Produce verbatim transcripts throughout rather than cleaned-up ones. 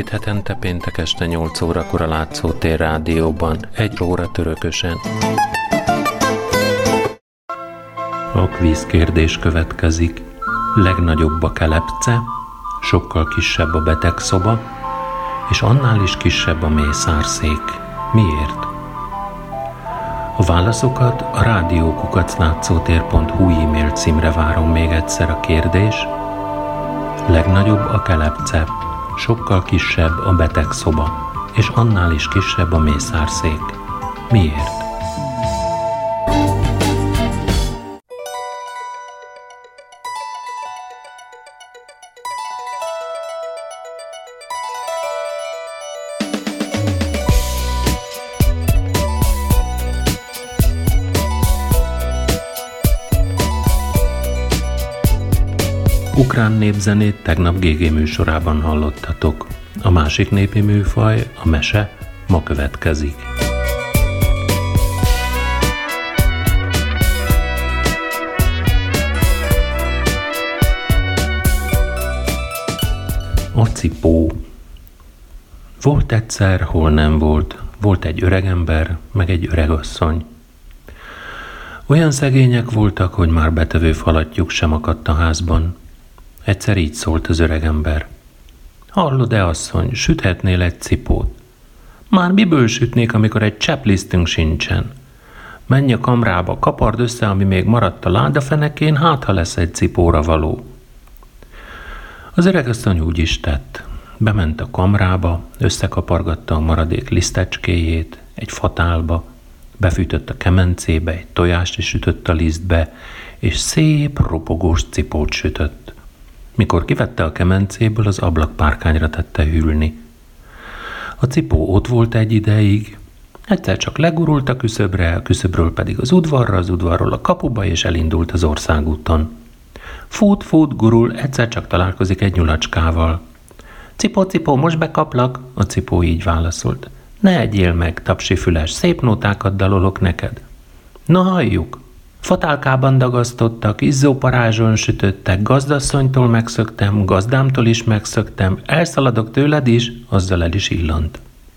Két hetente péntek este nyolc órakor a Látszótér Rádióban, egy óra törökösen. A kvíz kérdés következik. Legnagyobb a kelepce, sokkal kisebb a betegszoba, és annál is kisebb a mészárszék. Miért? A válaszokat a rádió kukac látszótér pont hu e-mail címre várom. Még egyszer a kérdés. Legnagyobb a kelepce, sokkal kisebb a betegszoba, és annál is kisebb a mészárszék. Miért? Ukrán népzenét tegnap gé gé műsorában hallottatok. A másik népi műfaj, a mese, ma következik. A cipó. Volt egyszer, hol nem volt. Volt egy öregember, meg egy öregasszony. Olyan szegények voltak, hogy már betevő falatjuk sem akadt a házban. Egyszer így szólt az öregember. Hallod-e, asszony, süthetnél egy cipót? Már miből sütnék, amikor egy csepplisztünk sincsen? Menj a kamrába, kapard össze, ami még maradt a ládafenekén, hát ha lesz egy cipóra való. Az öregasszony úgy is tett. Bement a kamrába, összekapargatta a maradék lisztecskéjét, egy fatálba, befűtött a kemencébe, egy tojást is sütött a lisztbe, és szép, ropogós cipót sütött. Mikor kivette a kemencéből, az ablakpárkányra tette hűlni. A cipó ott volt egy ideig, egyszer csak legurult a küszöbre, a küszöbről pedig az udvarra, az udvarról a kapuba, és elindult az országúton. Fut, fut, gurul, egyszer csak találkozik egy nyulacskával. Cipó, cipó, most bekaplak, a cipó így válaszolt. Ne egyél meg, tapsi füles, szép nótákat dalolok neked. Na halljuk! Fatálkában dagasztottak, izzóparázson sütöttek, gazdasszonytól megszöktem, gazdámtól is megszöktem, elszaladok tőled is, azzal el is illant.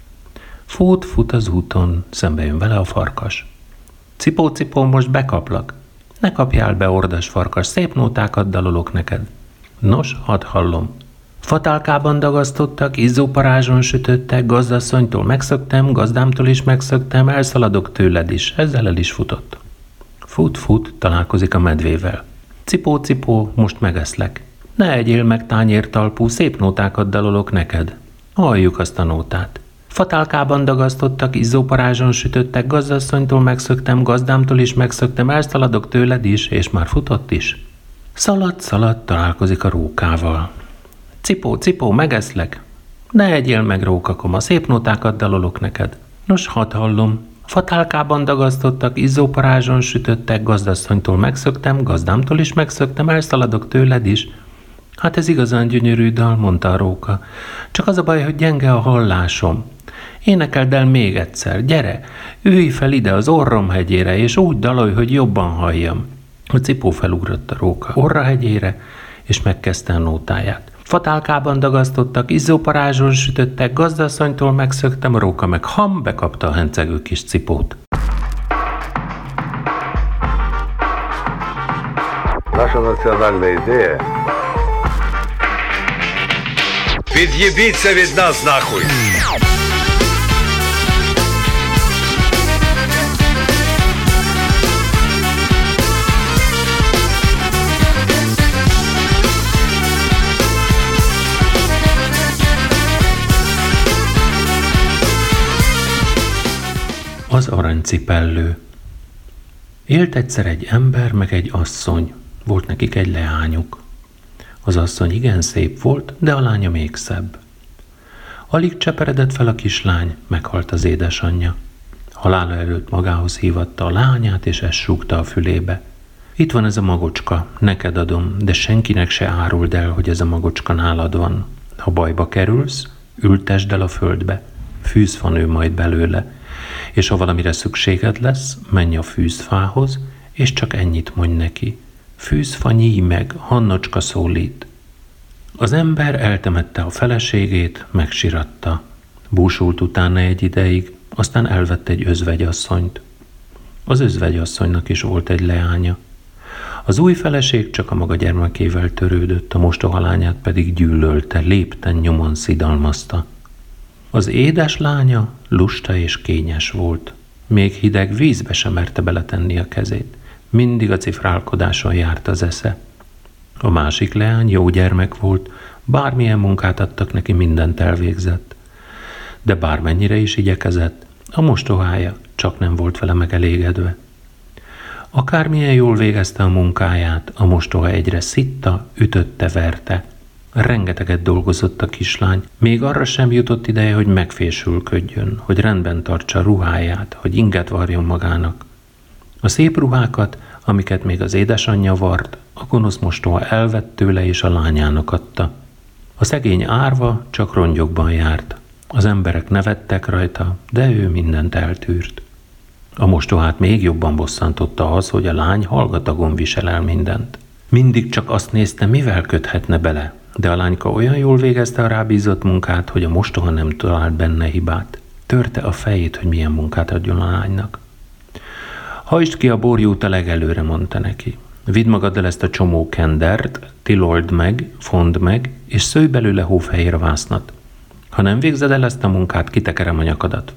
Fut, fut az úton, szembe jön vele a farkas. Cipó, cipó, most bekaplak. Ne kapjál be, ordas farkas, szép nótákat dalolok neked. Nos, hadd hallom. Fatálkában dagasztottak, izzóparázson sütöttek, gazdasszonytól megszöktem, gazdámtól is megszöktem, elszaladok tőled is, ezzel el is futott. Fut, fut, találkozik a medvével. Cipó, cipó, most megeszlek. Ne egyél meg, tányértalpú, szép nótákat dalolok neked. Halljuk azt a nótát. Fatálkában dagasztottak, izzóparázson sütöttek, gazdasszonytól megszöktem, gazdámtól is megszöktem, elszaladok tőled is, és már futott is. Szalad, szalad, találkozik a rókával. Cipó, cipó, megeszlek. Ne egyél meg, rókakoma, szép nótákat dalolok neked. Nos, hadd hallom. Fatálkában dagasztottak, izzóparázson sütöttek, gazdasszonytól megszöktem, gazdámtól is megszöktem, elszaladok tőled is. Hát ez igazán gyönyörű dal, mondta a róka. Csak az a baj, hogy gyenge a hallásom. Énekeld el még egyszer, gyere, ülj fel ide az orrom hegyére, és úgy dalolj, hogy jobban halljam. A cipó felugrott a róka orrahegyére, és megkezdte a nótáját. Fatálkában dagasztottak, izzóparázson sütöttek, gazdasszonytól megszöktem, a róka meg ham, bekapta a hencegő kis cipót. Наша национальная идея Від'єбіться від нас нахуй! Az aranycipellő. Élt egyszer egy ember, meg egy asszony. Volt nekik egy leányuk. Az asszony igen szép volt, de a lánya még szebb. Alig cseperedett fel a kislány, meghalt az édesanyja. Halála előtt magához hívatta a lányát, és ezt súgta a fülébe. Itt van ez a magocska, neked adom, de senkinek se áruld el, hogy ez a magocska nálad van. Ha bajba kerülsz, ültesd el a földbe. Fűzfa nő majd belőle. És ha valamire szükséged lesz, menj a fűzfához, és csak ennyit mondj neki. Fűzfa, nyíj meg, Hannocska szólít. Az ember eltemette a feleségét, megsiratta. Búsult utána egy ideig, aztán elvett egy özvegyasszonyt. Az özvegyasszonynak is volt egy leánya. Az új feleség csak a maga gyermekével törődött, a mostoha lányát pedig gyűlölte, lépten nyomon szidalmazta. Az édes lánya lusta és kényes volt. Még hideg vízbe sem merte beletenni a kezét. Mindig a cifrálkodáson járt az esze. A másik leány jó gyermek volt, bármilyen munkát adtak neki, mindent elvégzett. De bármennyire is igyekezett, a mostohája csak nem volt vele megelégedve. Akármilyen jól végezte a munkáját, a mostoha egyre szitta, ütötte, verte. Rengeteget dolgozott a kislány, még arra sem jutott ideje, hogy megfésülködjön, hogy rendben tartsa ruháját, hogy inget varjon magának. A szép ruhákat, amiket még az édesanyja vart, a gonosz mostoha elvett tőle és a lányának adta. A szegény árva csak rongyokban járt. Az emberek nevettek rajta, de ő mindent eltűrt. A mostohát még jobban bosszantotta az, hogy a lány hallgatagon visel el mindent. Mindig csak azt nézte, mivel köthetne bele, de a lányka olyan jól végezte a rábízott munkát, hogy a mostoha nem talált benne hibát. Törte a fejét, hogy milyen munkát adjon a lánynak. Hajtsd ki a borjút a legelőre, mondta neki. Vidd magaddal ezt a csomó kendert, tilold meg, fondd meg, és szőj belőle hófehér vásznat. Ha nem végzed el ezt a munkát, kitekerem a nyakadat.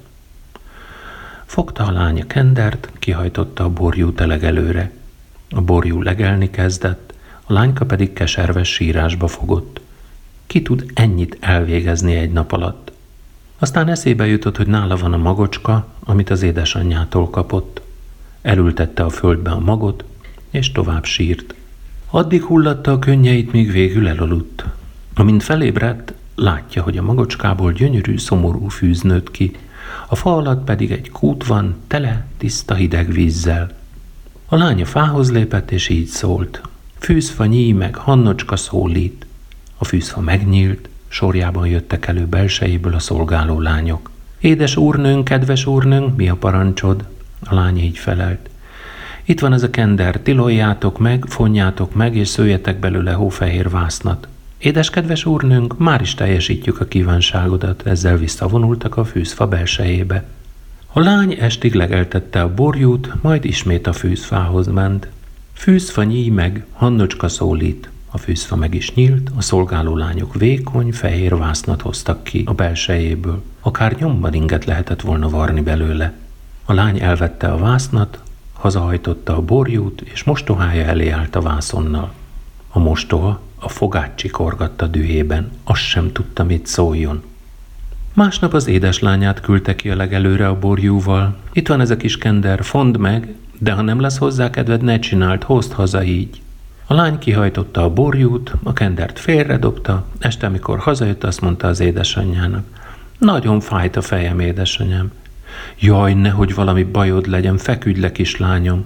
Fogta a lány a kendert, kihajtotta a borjút a legelőre. A borjú legelni kezdett, a lányka pedig keserves sírásba fogott. Ki tud ennyit elvégezni egy nap alatt? Aztán eszébe jutott, hogy nála van a magocska, amit az édesanyjától kapott. Elültette a földbe a magot, és tovább sírt. Addig hullatta a könnyeit, míg végül elaludt. Amint felébredt, látja, hogy a magocskából gyönyörű, szomorú fűz nőtt ki, a fa alatt pedig egy kút van, tele tiszta hideg vízzel. A lány a fához lépett, és így szólt. Fűzfa nyíj meg, Hannocska szólít. A fűzfa megnyílt, sorjában jöttek elő belsejéből a szolgáló lányok. Édes úrnőnk, kedves úrnőnk, mi a parancsod? A lány így felelt. Itt van ez a kender, tiloljátok meg, fonjátok meg, és szőjetek belőle hófehér vásznat. Édes kedves úrnőnk, már is teljesítjük a kívánságodat, ezzel visszavonultak a fűzfa belsejébe. A lány estig legeltette a borjút, majd ismét a fűzfához ment. Fűzfa nyíj meg, Hannocska szólít. A fűzfa meg is nyílt, a szolgáló lányok vékony, fehér vásznat hoztak ki a belsejéből. Akár nyomban inget lehetett volna varni belőle. A lány elvette a vásznat, hazahajtotta a borjút, és mostohája elé állt a vászonnal. A mostoha a fogát csikorgatta dühében, azt sem tudta, mit szóljon. Másnap az édeslányát küldte ki a legelőre a borjúval. Itt van ez a kis kender, fondd meg, de ha nem lesz hozzá kedved, ne csináld, hozd haza így. A lány kihajtotta a borjút, a kendert félredobta, este, amikor hazajött, azt mondta az édesanyjának. Nagyon fájt a fejem, édesanyám. Jaj, nehogy valami bajod legyen, feküdj le, kislányom.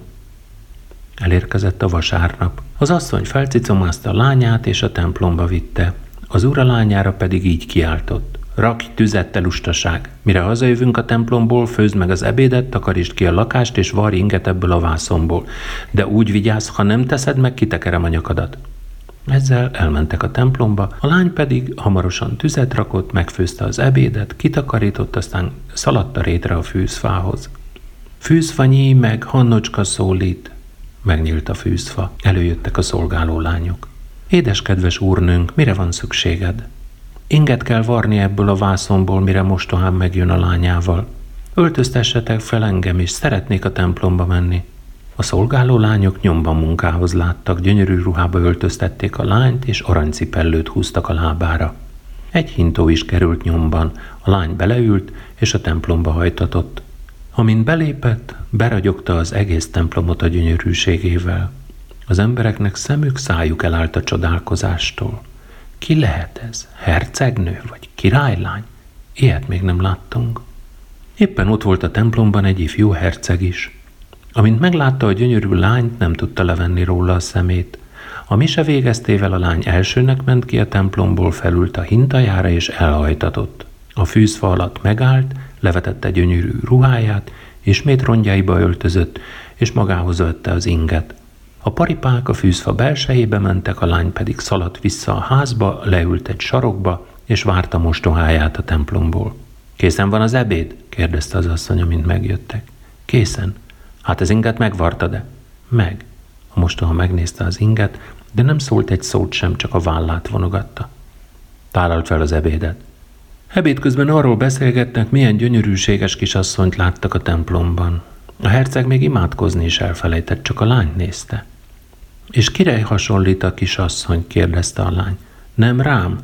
Elérkezett a vasárnap. Az asszony felcicomázta a lányát, és a templomba vitte. Az ura lányára pedig így kiáltott. Rakj tüzet, te lustaság! Mire hazajövünk a templomból, főzd meg az ebédet, takarítsd ki a lakást, és varj inget ebből a vászonból. De úgy vigyázz, ha nem teszed meg, kitekerem a nyakadat. Ezzel elmentek a templomba, a lány pedig hamarosan tüzet rakott, megfőzte az ebédet, kitakarított, aztán szaladt a rétre a fűzfához. Fűzfa nyíj meg, Hannocska szólít. Megnyílt a fűzfa, előjöttek a szolgáló lányok. Édes kedves úrnőnk, mire van szükséged? Inget kell varni ebből a vászonból, mire mostohám megjön a lányával. Öltöztessetek fel engem is, szeretnék a templomba menni. A szolgáló lányok nyomban munkához láttak, gyönyörű ruhába öltöztették a lányt, és aranycipellőt húztak a lábára. Egy hintó is került nyomban, a lány beleült, és a templomba hajtatott. Amint belépett, beragyogta az egész templomot a gyönyörűségével. Az embereknek szemük, szájuk elállt a csodálkozástól. Ki lehet ez? Hercegnő vagy királylány? Ilyet még nem láttunk. Éppen ott volt a templomban egy ifjú herceg is. Amint meglátta a gyönyörű lányt, nem tudta levenni róla a szemét. A mise végeztével a lány elsőnek ment ki a templomból, felült a hintajára és elhajtatott. A fűzfa alatt megállt, levetette gyönyörű ruháját, ismét rongyaiba öltözött, és magához vette az inget. A paripák a fűzfa belsejébe mentek, a lány pedig szaladt vissza a házba, leült egy sarokba, és várta mostoháját a templomból. Készen van az ebéd? kérdezte az asszony, amint megjöttek. Készen. Hát az inget megvartad-e? Meg. A mostoha megnézte az inget, de nem szólt egy szót sem, csak a vállát vonogatta. Tálalt fel az ebédet. Ebéd közben arról beszélgetnek, milyen gyönyörűséges kisasszonyt láttak a templomban. A herceg még imádkozni is elfelejtett, csak a lányt nézte. És kire hasonlít a kisasszony? kérdezte a lány. Nem rám?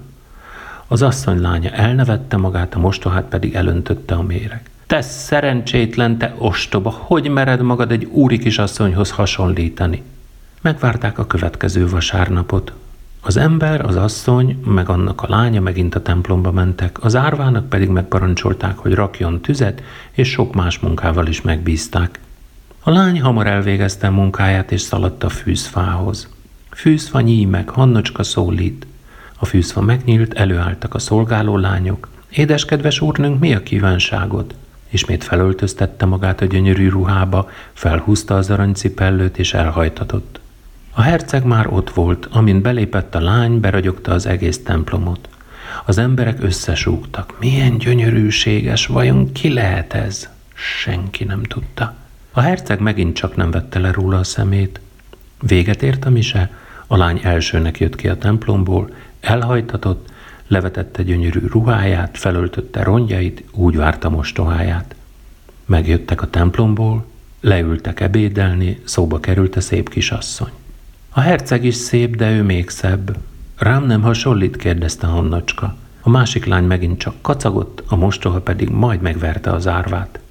Az asszony lánya elnevette magát, a mostohát pedig elöntötte a méreg. Te szerencsétlen, te ostoba, hogy mered magad egy úri kisasszonyhoz hasonlítani? Megvárták a következő vasárnapot. Az ember, az asszony, meg annak a lánya megint a templomba mentek, az árvának pedig megparancsolták, hogy rakjon tüzet, és sok más munkával is megbízták. A lány hamar elvégezte a munkáját, és szaladt a fűzfához. Fűzfa, nyíj meg, Hannocska szólít. A fűzfa megnyílt, előálltak a szolgáló lányok. Édes kedves úrnőnk, mi a kívánságod? Ismét felöltöztette magát a gyönyörű ruhába, felhúzta az aranycipellőt, és elhajtatott. A herceg már ott volt, amint belépett a lány, beragyogta az egész templomot. Az emberek összesúgtak. Milyen gyönyörűséges, vajon ki lehet ez? Senki nem tudta. A herceg megint csak nem vette le róla a szemét. Véget ért a mise, a lány elsőnek jött ki a templomból, elhajtatott, levetette gyönyörű ruháját, felöltötte rongyait, úgy várta mostoháját. Megjöttek a templomból, leültek ebédelni, szóba került a szép kisasszony. A herceg is szép, de ő még szebb. Rám nem hasonlít? kérdezte Hannocska. A másik lány megint csak kacagott, a mostoha pedig majd megverte az árvát.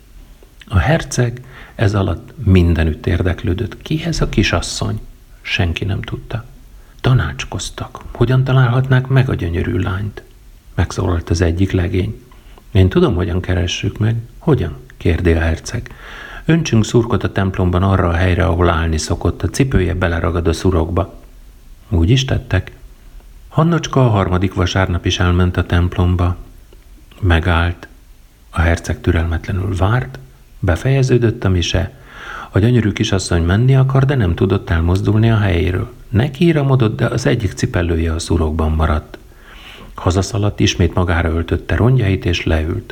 A herceg ez alatt mindenütt érdeklődött. Ki ez a kisasszony? Senki nem tudta. Tanácskoztak. Hogyan találhatnák meg a gyönyörű lányt? Megszólalt az egyik legény. Én tudom, hogyan keressük meg. Hogyan? kérdi a herceg. Öntsünk szurkot a templomban arra a helyre, ahol állni szokott, a cipője beleragad a szurokba. Úgy is tettek. Hannocska a harmadik vasárnap is elment a templomba. Megállt. A herceg türelmetlenül várt, befejeződött a mise. A gyönyörű kisasszony menni akar, de nem tudott elmozdulni a helyéről. Nekiíramodott, de az egyik cipellője a szurokban maradt. Hazaszaladt, ismét magára öltötte rongyait, és leült.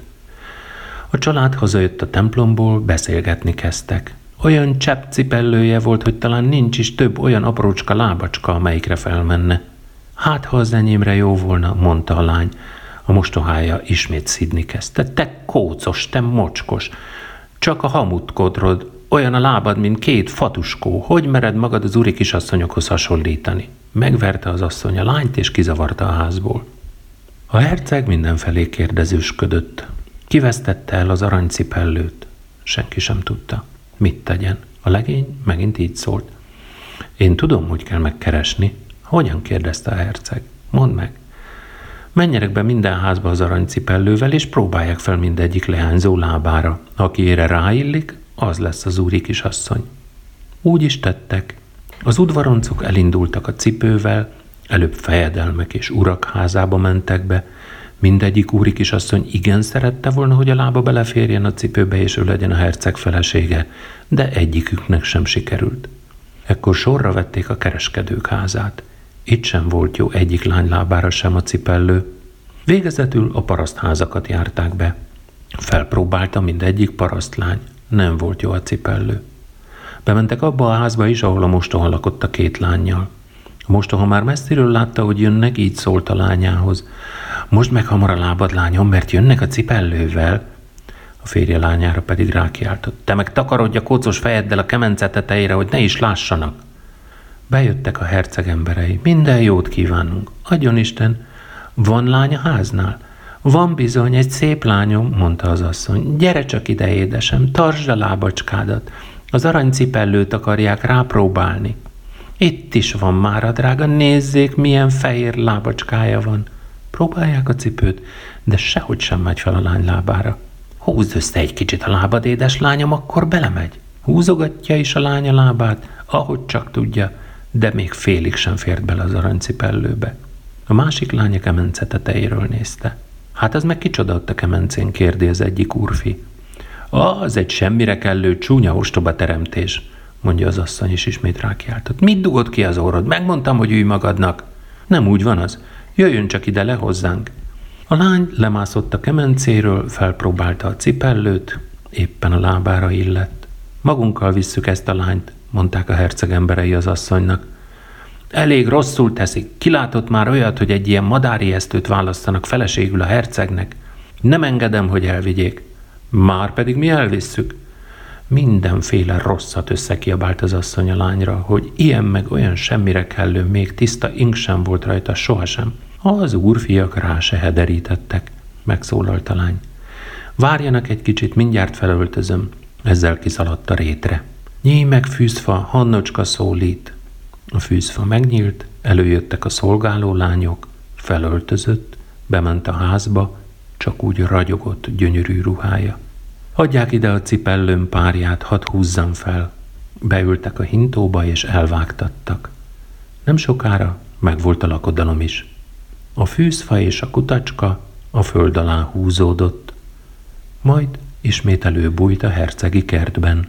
A család hazajött a templomból, beszélgetni kezdtek. Olyan csepp cipellője volt, hogy talán nincs is több olyan aprócska lábacska, amelyikre felmenne. Hát, ha az enyémre jó volna, mondta a lány. A mostohája ismét szidni kezdte. Te kócos, te mocskos, csak a hamutkodrod, olyan a lábad, mint két fatuskó. Hogy mered magad az úri kisasszonyokhoz hasonlítani? Megverte az asszony a lányt, és kizavarta a házból. A herceg mindenfelé kérdezősködött. Kivesztette el az aranycipellőt? Senki sem tudta. Mit tegyen? A legény megint így szólt. Én tudom, hogy kell megkeresni. Hogyan? kérdezte a herceg. Mondd meg. Menjenek be minden házba az aranycipellővel, és próbálják fel mindegyik leányzó lábára. Aki ére ráillik, az lesz az úri kisasszony. Úgy is tettek. Az udvaroncok elindultak a cipővel, előbb fejedelmek és urak házába mentek be. Mindegyik úri kisasszony igen szerette volna, hogy a lába beleférjen a cipőbe, és ő legyen a herceg felesége, de egyiküknek sem sikerült. Ekkor sorra vették a kereskedők házát. Itt sem volt jó egyik lány lábára sem a cipellő. Végezetül a parasztházakat járták be. Felpróbálta mindegyik parasztlány. Nem volt jó a cipellő. Bementek abba a házba is, ahol a mostoha lakott a két lánnyal. A mostoha már messziről látta, hogy jönnek, így szólt a lányához. Most meg hamar a lábad, lányom, mert jönnek a cipellővel. A férje lányára pedig rákiáltott. Te meg takarodj a kócos fejeddel a kemence tetejére, hogy ne is lássanak. Bejöttek a herceg emberei. Minden jót kívánunk. Adjon Isten. Van lány a háznál? Van bizony, egy szép lányom, mondta az asszony. Gyere csak ide, édesem, tartsd a lábacskádat. Az aranycipellőt akarják rápróbálni. Itt is van már a drága, nézzék, milyen fehér lábacskája van. Próbálják a cipőt, de sehogy sem megy fel a lány lábára. Húzd össze egy kicsit a lábad, édes lányom, akkor belemegy. Húzogatja is a lánya lábát, ahogy csak tudja, de még félig sem fért bele az aranycipellőbe. A másik lány a kemence tetejéről nézte. Hát ez meg kicsoda ott a kemencén, kérdi az egyik úrfi. Az egy semmire kellő csúnya ostoba teremtés. mondja az asszony, és ismét rákiáltott. Mit dugod ki az orrod? Megmondtam, hogy ülj magadnak. Nem úgy van az. Jöjjön csak ide le hozzánk. A lány lemászott a kemencéről, felpróbálta a cipellőt, éppen a lábára illett. Magunkkal visszük ezt a lányt, mondták a herceg emberei az asszonynak. Elég rosszul teszik. Kilátott már olyat, hogy egy ilyen madárijesztőt választanak feleségül a hercegnek. Nem engedem, hogy elvigyék. Már pedig mi elvisszük. Mindenféle rosszat összekiabált az asszony a lányra, hogy ilyen meg olyan semmire kellő, még tiszta ink sem volt rajta sohasem. Az úrfiak rá se hederítettek, megszólalt a lány. Várjanak egy kicsit, mindjárt felöltözöm. Ezzel kiszaladt a rétre. Nyíj meg, fűzfa, Hannocska szólít. A fűzfa megnyílt, előjöttek a szolgáló lányok, felöltözött, bement a házba, csak úgy ragyogott gyönyörű ruhája. Adják ide a cipellőm párját, hadd húzzam fel. Beültek a hintóba és elvágtattak. Nem sokára megvolt a lakodalom is. A fűzfa és a kutacska a föld alá húzódott, majd ismét előbújt a hercegi kertben.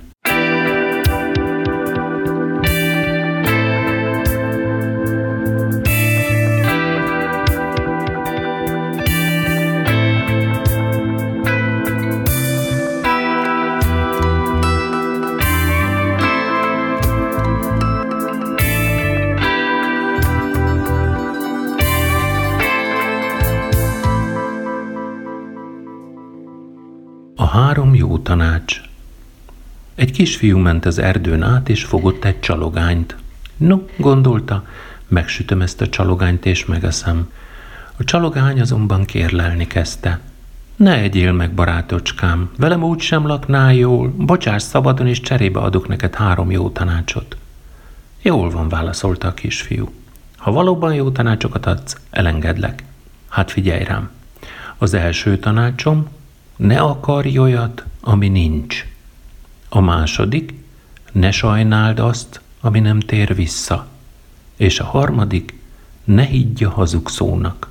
Három jó tanács. Egy kisfiú ment az erdőn át, és fogott egy csalogányt. No, gondolta, megsütöm ezt a csalogányt, és megeszem. A csalogány azonban kérlelni kezdte. Ne egyél meg, barátocskám, velem úgy sem laknál jól, bocsáss szabadon, és cserébe adok neked három jó tanácsot. Jól van, válaszolta a kisfiú. Ha valóban jó tanácsokat adsz, elengedlek. Hát figyelj rám. Az első tanácsom, ne akarj olyat, ami nincs. A második, ne sajnáld azt, ami nem tér vissza. És a harmadik, ne higgy a hazug szónak.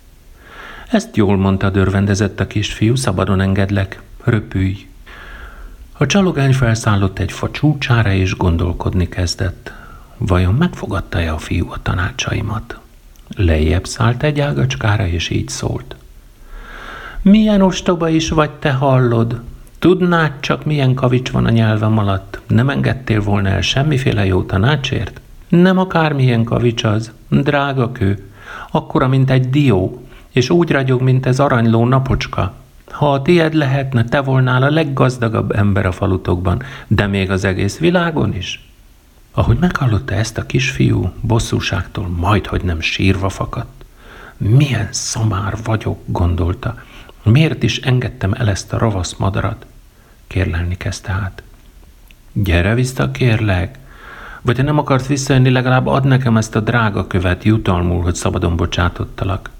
Ezt jól mondta, örvendezett a kisfiú, szabadon engedlek, röpülj. A csalogány felszállott egy fa csúcsára, és gondolkodni kezdett. Vajon megfogadta-e a fiú a tanácsaimat? Lejjebb szállt egy ágacskára, és így szólt. Milyen ostoba is vagy, te hallod? Tudnád csak, milyen kavics van a nyelvem alatt? Nem engedtél volna el semmiféle jó tanácsért? Nem akármilyen kavics az, drága kő, akkora, mint egy dió, és úgy ragyog, mint ez aranyló napocska. Ha a tied lehetne, te volnál a leggazdagabb ember a falutokban, de még az egész világon is. Ahogy meghallotta ezt a kisfiú, bosszúságtól majdhogy nem sírva fakadt. Milyen szamár vagyok, gondolta. Miért is engedtem el ezt a ravasz madarat? Kérlelni kezdte hát. Gyere vissza, kérlek. Vagy ha nem akarsz visszajönni, legalább add nekem ezt a drága követ jutalmul, hogy szabadon bocsátottalak.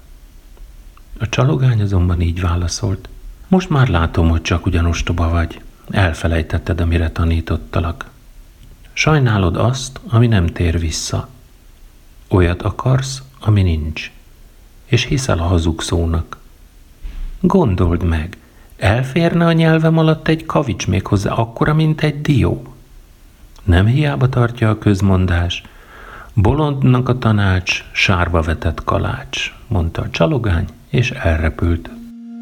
A csalogány azonban így válaszolt. Most már látom, hogy csak ugyan ostoba vagy. Elfelejtetted, amire tanítottalak. Sajnálod azt, ami nem tér vissza. Olyat akarsz, ami nincs. És hiszel a hazug szónak. Gondold meg, elférne a nyelvem alatt egy kavics méghozzá akkora, mint egy dió? Nem hiába tartja a közmondás. Bolondnak a tanács, sárba vetett kalács, mondta a csalogány, és elrepült.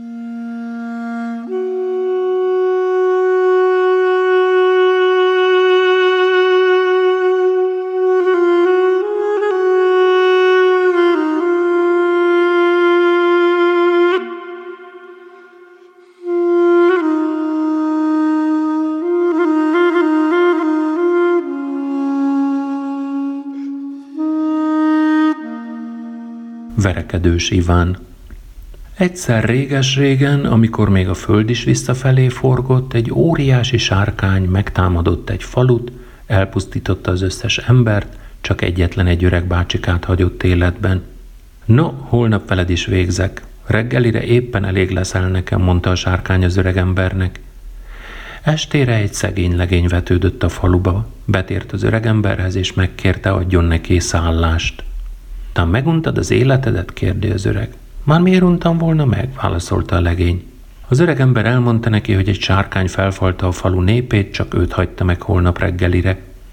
Verekedős Iván. Egyszer réges-régen, amikor még a föld is visszafelé forgott, egy óriási sárkány megtámadott egy falut, elpusztította az összes embert, csak egyetlen egy öreg bácsikát hagyott életben. No, holnap veled is végzek. Reggelire éppen elég leszel nekem, mondta a sárkány az öreg embernek. Estére egy szegény legény vetődött a faluba, betért az öregemberhez, és megkérte, adjon neki szállást. Te meguntad az életedet? Kérdi az öreg. Már miért untam volna meg? Válaszolta a legény. Az öregember elmondta neki, hogy egy sárkány felfalta a falu népét, csak őt hagyta meg holnap reggelire.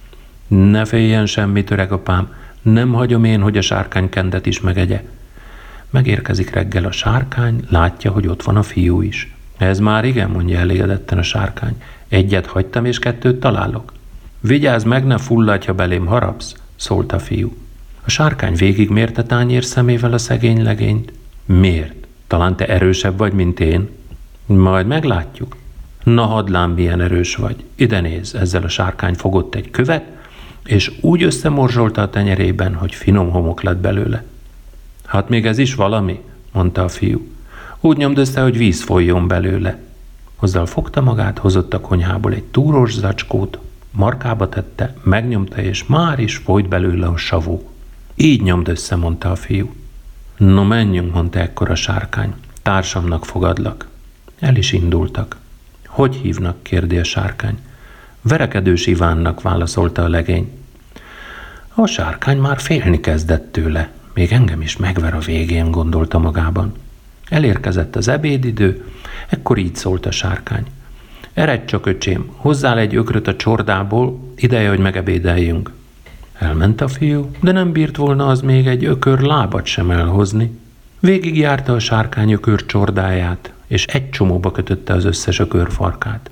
Ne féljen semmit, öreg apám, nem hagyom én, hogy a sárkánykendet is megegye. Megérkezik reggel a sárkány, látja, hogy ott van a fiú is. Ez már igen, mondja elégedetten a sárkány. Egyet hagytam, és kettőt találok. Vigyázz meg, ne fulladj, ha belém harapsz, szólt a fiú. A sárkány végigmérte tányér szemével a szegény legényt. Miért? Talán te erősebb vagy, mint én? Majd meglátjuk. Na hadd lám, milyen erős vagy. Ide nézz, ezzel a sárkány fogott egy követ, és úgy összemorzsolta a tenyerében, hogy finom homok lett belőle. Hát még ez is valami, mondta a fiú. Úgy nyomd össze, hogy víz folyjon belőle. Azzal fogta magát, hozott a konyhából egy túrós zacskót, markába tette, megnyomta, és már is folyt belőle a savó. Így nyomd össze, mondta a fiú. No, menjünk, mondta ekkor a sárkány. Társamnak fogadlak. El is indultak. Hogy hívnak? kérdi a sárkány. Verekedős Ivánnak, válaszolta a legény. A sárkány már félni kezdett tőle. Még engem is megver a végén, gondolta magában. Elérkezett az ebédidő, ekkor így szólt a sárkány. Eredj csak, öcsém, hozzál egy ökröt a csordából, ideje, hogy megebédeljünk. Elment a fiú, de nem bírt volna az még egy ökör lábat sem elhozni. Végigjárta a sárkány ökör csordáját, és egy csomóba kötötte az összes ökör farkát.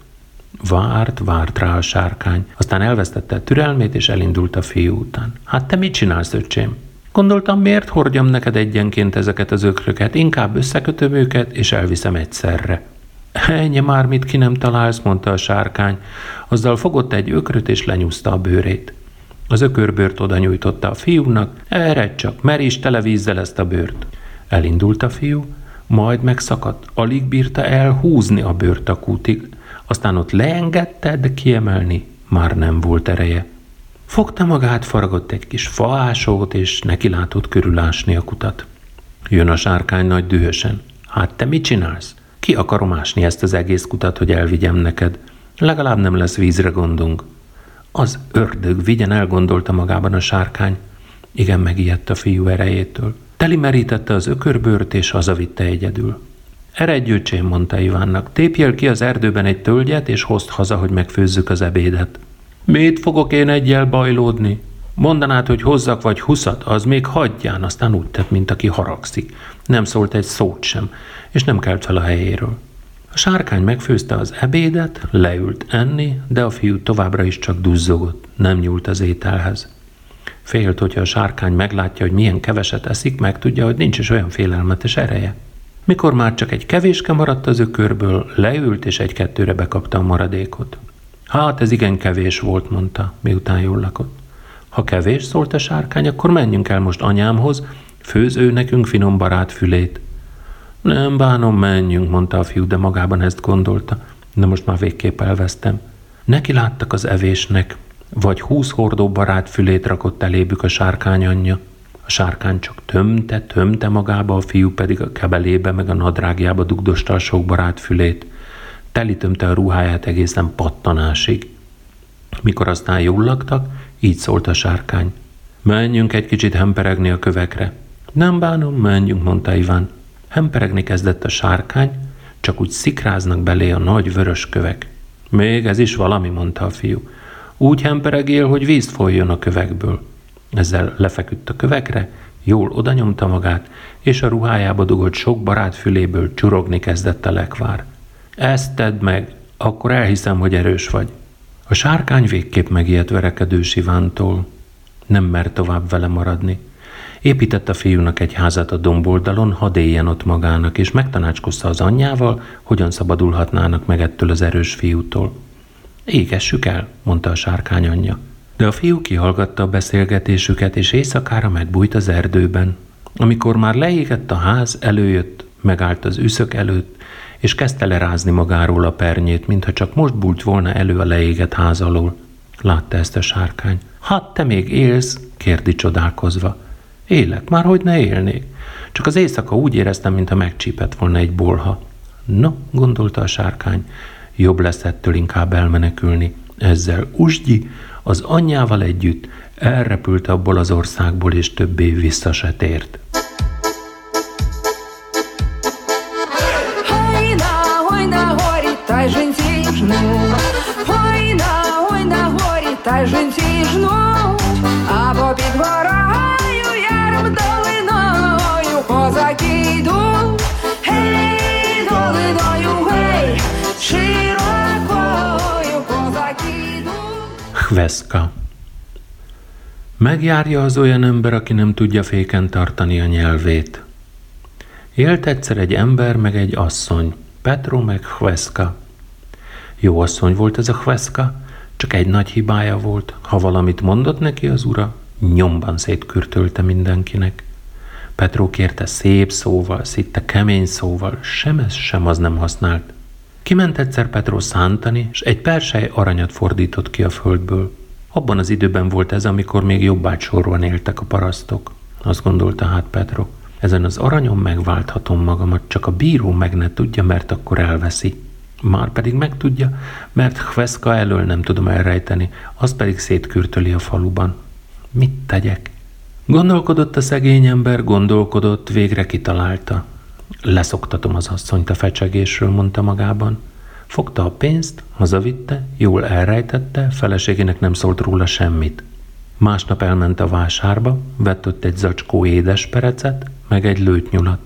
Várt, várt rá a sárkány, aztán elvesztette a türelmét, és elindult a fiú után. Hát te mit csinálsz, öcsém? Gondoltam, miért hordjam neked egyenként ezeket az ökröket, inkább összekötöm őket, és elviszem egyszerre. Ennyi már, mit ki nem találsz, mondta a sárkány. Azzal fogott egy ökröt, és lenyúzta a bőrét. Az ökörbőrt oda nyújtotta a fiúnak, eredj csak, meríts tele vízzel ezt a bőrt. Elindult a fiú, majd megszakadt, alig bírta elhúzni a bőrt a kútig, aztán ott leengedte, de kiemelni már nem volt ereje. Fogta magát, faragott egy kis faásót, és nekilátott körülásni a kutat. Jön a sárkány nagy dühösen. Hát te mit csinálsz? Ki akarom ásni ezt az egész kutat, hogy elvigyem neked? Legalább nem lesz vízre gondunk. Az ördög, vigyen el, gondolta magában a sárkány. Igen, megijedt a fiú erejétől. Telimerítette az ökörbőrt, és hazavitte egyedül. Eredj, öcsém, mondta Ivánnak, tépjél ki az erdőben egy tölgyet, és hozd haza, hogy megfőzzük az ebédet. Mit fogok én egyel bajlódni? Mondanád, hogy hozzak vagy huszat, az még hagyján, aztán úgy tett, mint aki haragszik. Nem szólt egy szót sem, és nem kelt fel a helyéről. A sárkány megfőzte az ebédet, leült enni, de a fiú továbbra is csak duzzogott, nem nyúlt az ételhez. Félt, hogyha a sárkány meglátja, hogy milyen keveset eszik, megtudja, hogy nincs is olyan félelmetes ereje. Mikor már csak egy kevéske maradt az ökörből, leült, és egy-kettőre bekapta a maradékot. Hát ez igen kevés volt, mondta, miután jól lakott. Ha kevés, szólt a sárkány, akkor menjünk el most anyámhoz, főz ő nekünk finom barátfülét. Nem bánom, menjünk, mondta a fiú, de magában ezt gondolta. De most már végképp elvesztem. Neki láttak az evésnek, vagy húsz hordó barátfülét rakott elébük a sárkány anyja. A sárkány csak tömte, tömte magába, a fiú pedig a kebelébe meg a nadrágjába dugdosta a sok barátfülét. Teli tömte a ruháját egészen pattanásig. Mikor aztán jól laktak, így szólt a sárkány. Menjünk egy kicsit hemperegni a kövekre. Nem bánom, menjünk, mondta Iván. Hemperegni kezdett a sárkány, csak úgy szikráznak belé a nagy vörös kövek. Még ez is valami, mondta a fiú. Úgy hemperegél, hogy víz folyjon a kövekből. Ezzel lefeküdt a kövekre, jól odanyomta magát, és a ruhájába dugott sok barátfüléből csurogni kezdett a lekvár. Ezt tedd meg, akkor elhiszem, hogy erős vagy. A sárkány végképp megijedt verekedős Ivántól. Nem mert tovább vele maradni. Épített a fiúnak egy házat a domboldalon, hadd éljen ott magának, és megtanácskozta az anyjával, hogyan szabadulhatnának meg ettől az erős fiútól. Égessük el, mondta a sárkány anyja. De a fiú kihallgatta a beszélgetésüket, és éjszakára megbújt az erdőben. Amikor már leégett a ház, előjött, megállt az üszök előtt, és kezdte lerázni magáról a pernyét, mintha csak most bújt volna elő a leégett ház alól. Látta ezt a sárkány. Hát te még élsz? kérdi csodálkozva. Élek, már hogy ne élnék. Csak az éjszaka úgy éreztem, mintha megcsípett volna egy bolha. No, gondolta a sárkány, jobb lesz ettől inkább elmenekülni. Ezzel Usgyi az anyjával együtt elrepült abból az országból, és többé vissza se tért. Ой, на горе, та жемчужно, під горою, яром долиною козаки йдуть, гей, долиною, гей, широкою козаки йдуть. Hveszka. Megjárja az olyan ember, aki nem tudja féken tartani a nyelvét. Élt egyszer egy ember meg egy asszony, Petro meg Hveszka. Jó asszony volt ez a Hveszka, csak egy nagy hibája volt, ha valamit mondott neki az ura, nyomban szétkürtölte mindenkinek. Petro kérte szép szóval, szinte kemény szóval, sem ez, sem az nem használt. Kiment egyszer Petro szántani, és egy persely aranyat fordított ki a földből. Abban az időben volt ez, amikor még jobbágysorban éltek a parasztok. Azt gondolta hát Petro, ezen az aranyon megválthatom magamat, csak a bíró meg ne tudja, mert akkor elveszi. Már pedig megtudja, mert Hveszka elől nem tudom elrejteni, az pedig szétkürtöli a faluban. Mit tegyek? Gondolkodott a szegény ember, gondolkodott, végre kitalálta. Leszoktatom az asszonyt a fecsegésről, mondta magában. Fogta a pénzt, hazavitte, jól elrejtette, feleségének nem szólt róla semmit. Másnap elment a vásárba, vett ott egy zacskó édesperecet, meg egy lőtnyulat.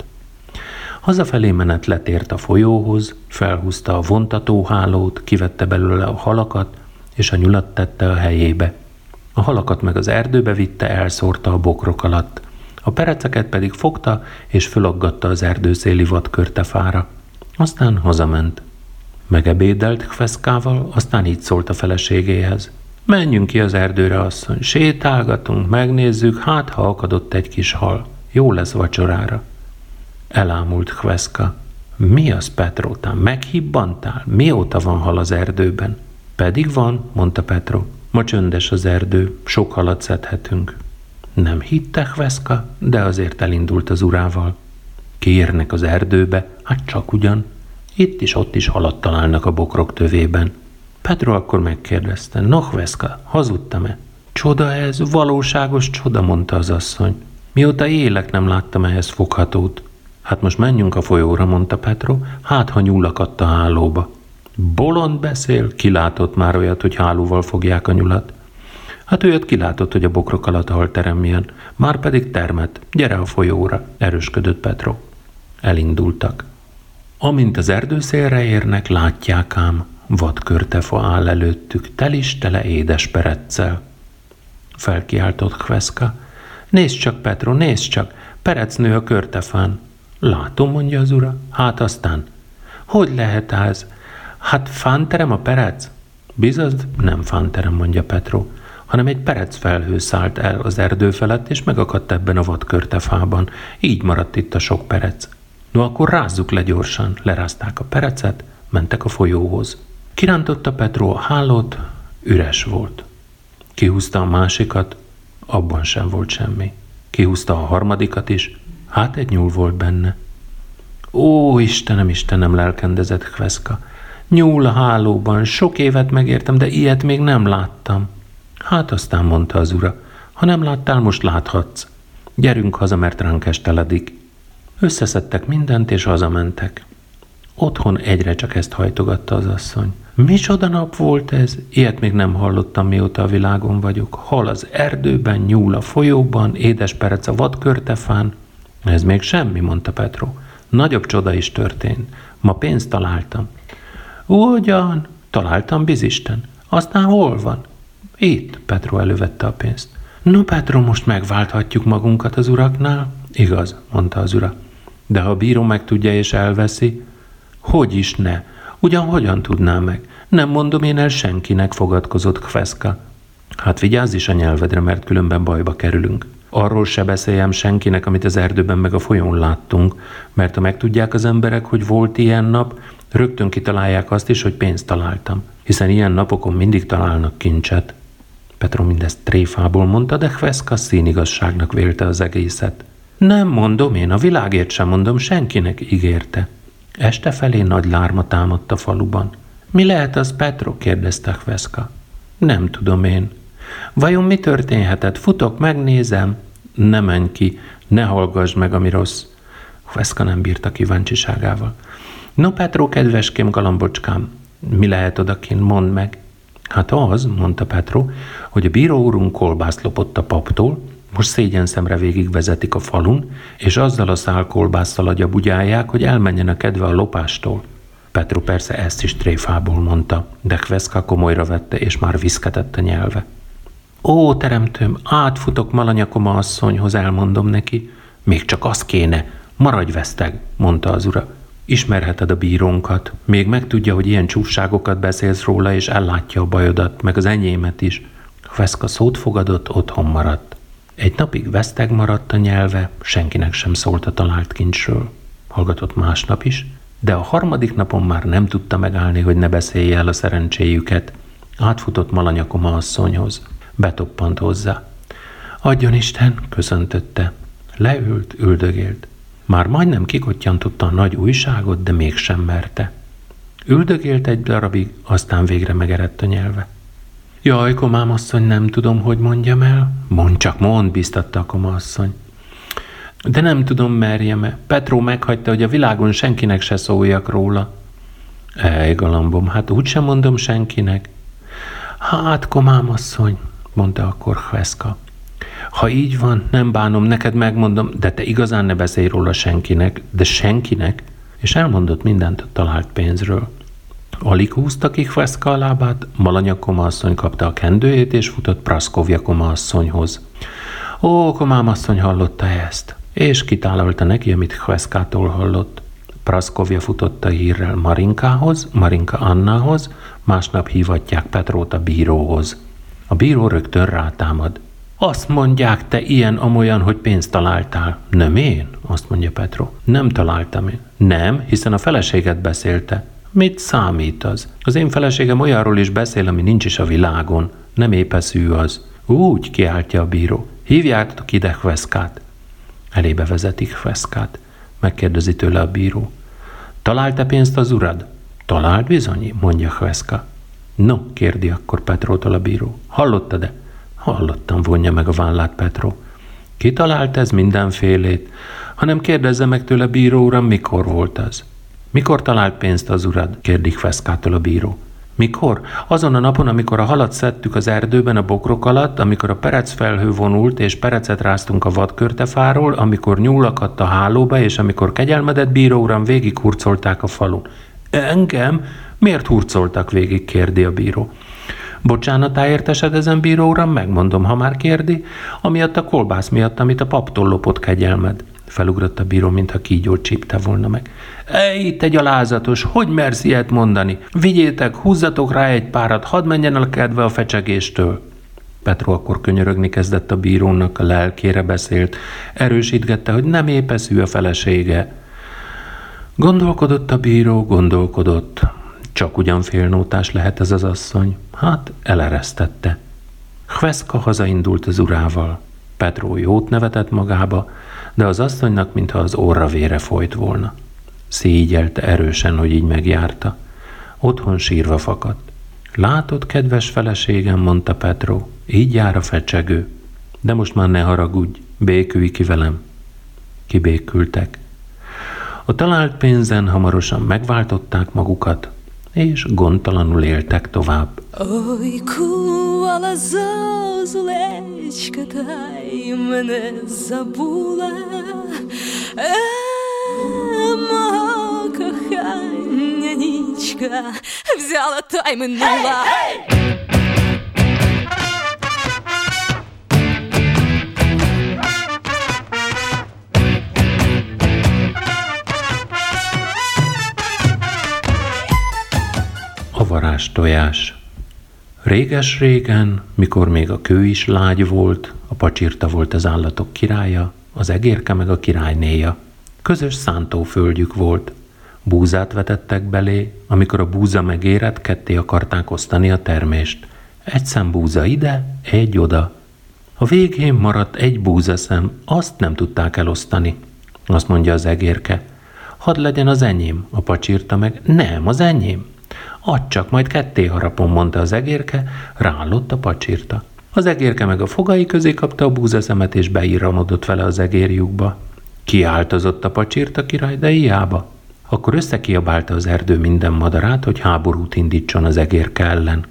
Hazafelé menet letért a folyóhoz, felhúzta a vontatóhálót, kivette belőle a halakat, és a nyulat tette a helyébe. A halakat meg az erdőbe vitte, elszórta a bokrok alatt. A pereceket pedig fogta, és fölaggatta az erdőszéli vadkörtefára. Aztán hazament. Megebédelt Hveszkával, aztán így szólt a feleségéhez. Menjünk ki az erdőre, asszony, sétálgatunk, megnézzük, hát ha akadott egy kis hal. Jó lesz vacsorára. Elámult Hveszka. Mi az, Petrótán? Meghibbantál? Mióta van hal az erdőben? Pedig van, mondta Petró. Ma csöndes az erdő, sok halat szedhetünk. Nem hitte Hveszka, de azért elindult az urával. Kiérnek az erdőbe, hát csak ugyan. Itt is, ott is halat találnak a bokrok tövében. Petró akkor megkérdezte, no Hveszka, hazudtam-e? Csoda ez, valóságos csoda, mondta az asszony. Mióta élek, nem láttam ehhez foghatót. Hát most menjünk a folyóra, mondta Petró, hát ha nyúl akadt a hálóba. Bolond beszél, kilátott már olyat, hogy hálóval fogják a nyulat. Hát olyat kilátott, hogy a bokrok alatt halterem milyen, már pedig termet, gyere a folyóra, erősködött Petró. Elindultak. Amint az erdőszélre érnek, látják ám, vadkörtefa áll előttük, telis tele édes pereccel. Felkiáltott Hveszka. Nézd csak, Petró, nézd csak, perecnő a körtefán. Látom, mondja az ura, hát aztán. Hogy lehet ez? Hát fánterem a perec? Bizony, nem fánterem, mondja Petró, hanem egy perec felhő szállt el az erdő felett, és megakadt ebben a vadkörtefában. Így maradt itt a sok perec. No, akkor rázzuk le gyorsan. Lerázták a perecet, mentek a folyóhoz. Kirántotta Petró a hálót, üres volt. Kihúzta a másikat, abban sem volt semmi. Kihúzta a harmadikat is, hát egy nyúl volt benne. Ó, Istenem, Istenem, lelkendezett Hveszka. Nyúl a hálóban, sok évet megértem, de ilyet még nem láttam. Hát aztán mondta az ura, ha nem láttál, most láthatsz. Gyerünk haza, mert ránk esteledik. Összeszedtek mindent, és hazamentek. Otthon egyre csak ezt hajtogatta az asszony. Micsoda nap volt ez? Ilyet még nem hallottam, mióta a világon vagyok. Hal az erdőben, nyúl a folyóban, édesperec a vadkörtefán. Ez még semmi, mondta Petró. Nagyobb csoda is történt. Ma pénzt találtam. Ugyan, találtam, bizisten. Aztán hol van? Itt, Petró elővette a pénzt. No, Petró, most megválthatjuk magunkat az uraknál? Igaz, mondta az ura. De ha a bíró megtudja és elveszi, hogy is ne? Ugyan hogyan tudná meg? Nem mondom én el senkinek, fogadkozott Hveszka. Hát vigyázz is a nyelvedre, mert különben bajba kerülünk. Arról se beszéljem senkinek, amit az erdőben meg a folyón láttunk, mert ha megtudják az emberek, hogy volt ilyen nap, rögtön kitalálják azt is, hogy pénzt találtam, hiszen ilyen napokon mindig találnak kincset. Petró mindezt tréfából mondta, de Hveszka színigazságnak vélte az egészet. Nem mondom én, a világért sem mondom, senkinek, ígérte. Este felé nagy lárma támadt a faluban. Mi lehet az, Petró? kérdezte Hveszka. Nem tudom én. Vajon mi történhetett? Futok, megnézem. Ne menj ki, ne hallgass meg, ami rossz. Hveszka nem bírta kíváncsiságával. No, Petró, kedveském, galambocskám, mi lehet odakint? Mondd meg. Hát az, mondta Petro, hogy a bíró úrunk kolbászt lopott a paptól, most szégyenszemre végigvezetik a falun, és azzal a szál kolbásszal agyabugyálják, hogy elmenjen a kedve a lopástól. Petro persze ezt is tréfából mondta, de Hveska komolyra vette, és már viszketett a nyelve. Ó, teremtőm, átfutok Malanyakoma asszonyhoz, elmondom neki. Még csak az kéne, maradj veszteg, mondta az ura. Ismerheted a bírónkat, még megtudja, hogy ilyen csúfságokat beszélsz róla, és ellátja a bajodat, meg az enyémet is. Hveska szót fogadott, otthon maradt. Egy napig veszteg maradt a nyelve, senkinek sem szólt a talált kincsről. Hallgatott másnap is, de a harmadik napon már nem tudta megállni, hogy ne beszélje el a szerencséjüket. Átfutott Malanyakoma asszonyhoz. Betoppant hozzá. Adjon Isten, köszöntötte. Leült, üldögélt. Már majdnem kikottyantotta a nagy újságot, de mégsem merte. Üldögélt egy darabig, aztán végre megerett a nyelve. Jaj, komám asszony, nem tudom, hogy mondjam el. Mondd csak, mondd, biztatta a koma asszony. De nem tudom, merjem-e. Petro meghagyta, hogy a világon senkinek se szóljak róla. Ej, galambom, hát úgysem mondom senkinek. Hát, komám asszony, mondta akkor Hveska. Ha így van, nem bánom, neked megmondom, de te igazán ne beszélj róla senkinek, de senkinek, és elmondott mindent a talált pénzről. Alig húzta ki Hveska a lábát, Malanyakoma asszony kapta a kendőjét, és futott Praszkovja koma asszonyhoz. Ó, komám asszony hallotta ezt, és kitálalta neki, amit Hveskától hallott. Praszkovja futott a hírrel Marinkához, Marinka Annához, másnap hívatják Petrót a bíróhoz. A bíró rögtön rátámad. Azt mondják, te ilyen-amolyan, hogy pénzt találtál. Nem én? Azt mondja Petro. Nem találtam én. Nem, hiszen a feleséget beszélte. Mit számít az? Az én feleségem olyanról is beszél, ami nincs is a világon. Nem épeszű az. Úgy, kiáltja a bíró. Hívjátok ide Hveskát. Elébe vezetik Hveskát. Megkérdezi tőle a bíró. Talált-e pénzt az urad? Talált bizony, mondja Hveska. No, kérdi akkor Petrótól a bíró. Hallottad-e? Hallottam, vonja meg a vállát Petro. Ki talált ez mindenfélét? Hanem kérdezze meg tőle, bíró uram, mikor volt az? Mikor talált pénzt az urad? Kérdi Hveskától a bíró. Mikor? Azon a napon, amikor a halat szedtük az erdőben a bokrok alatt, amikor a perecfelhő vonult, és perecet ráztunk a vadkörtefáról, amikor nyúl akadt a hálóba, és amikor kegyelmedett bíró uram végig hurcolták a falun. Engem? Miért hurcoltak végig? Kérdi a bíró. Bocsánatáért esedezen, bíró uram, megmondom, ha már kérdi, amiatt a kolbász miatt, amit a paptól lopott kegyelmed. Felugrott a bíró, mintha kígyót csípte volna meg. Ej, te gyalázatos, hogy mersz ilyet mondani? Vigyétek, húzzatok rá egy párat, hadd menjen a kedve a fecsegéstől. Petro akkor könyörögni kezdett a bírónak, a lelkére beszélt, erősítgette, hogy nem épeszű a felesége. Gondolkodott a bíró, gondolkodott. Csak ugyan félnótás lehet ez az asszony. Hát, eleresztette. Hveska hazaindult az urával. Petro jót nevetett magába, de az asszonynak, mintha az orra vére folyt volna. Szégyelte erősen, hogy így megjárta. Otthon sírva fakadt. Látod, kedves feleségem, mondta Petro, így jár a fecsegő. De most már ne haragudj, békülj ki velem. Kibékültek. A talált pénzen hamarosan megváltották magukat, és gondtalanul éltek tovább. Ой, кувала зозулечка, та й мене забула, е, мого кохання нічка, взяла та й минула. A varázstojás. Réges-régen, mikor még a kő is lágy volt, a pacsirta volt az állatok királya, az egérke meg a királynéja. Közös szántóföldjük volt. Búzát vetettek belé, amikor a búza megérett, ketté akarták osztani a termést. Egy szem búza ide, egy oda. A végén maradt egy búzaszem, azt nem tudták elosztani. Azt mondja az egérke. Hadd legyen az enyém, a pacsirta meg. Nem, az enyém. Add csak, majd ketté harapom, mondta az egérke, ráállott a pacsirta. Az egérke meg a fogai közé kapta a búzaszemet, és beíramodott vele az egérjukba. Kiáltozott a pacsirta király, de hiába. Akkor összekiabálta az erdő minden madarát, hogy háborút indítson az egérke ellen.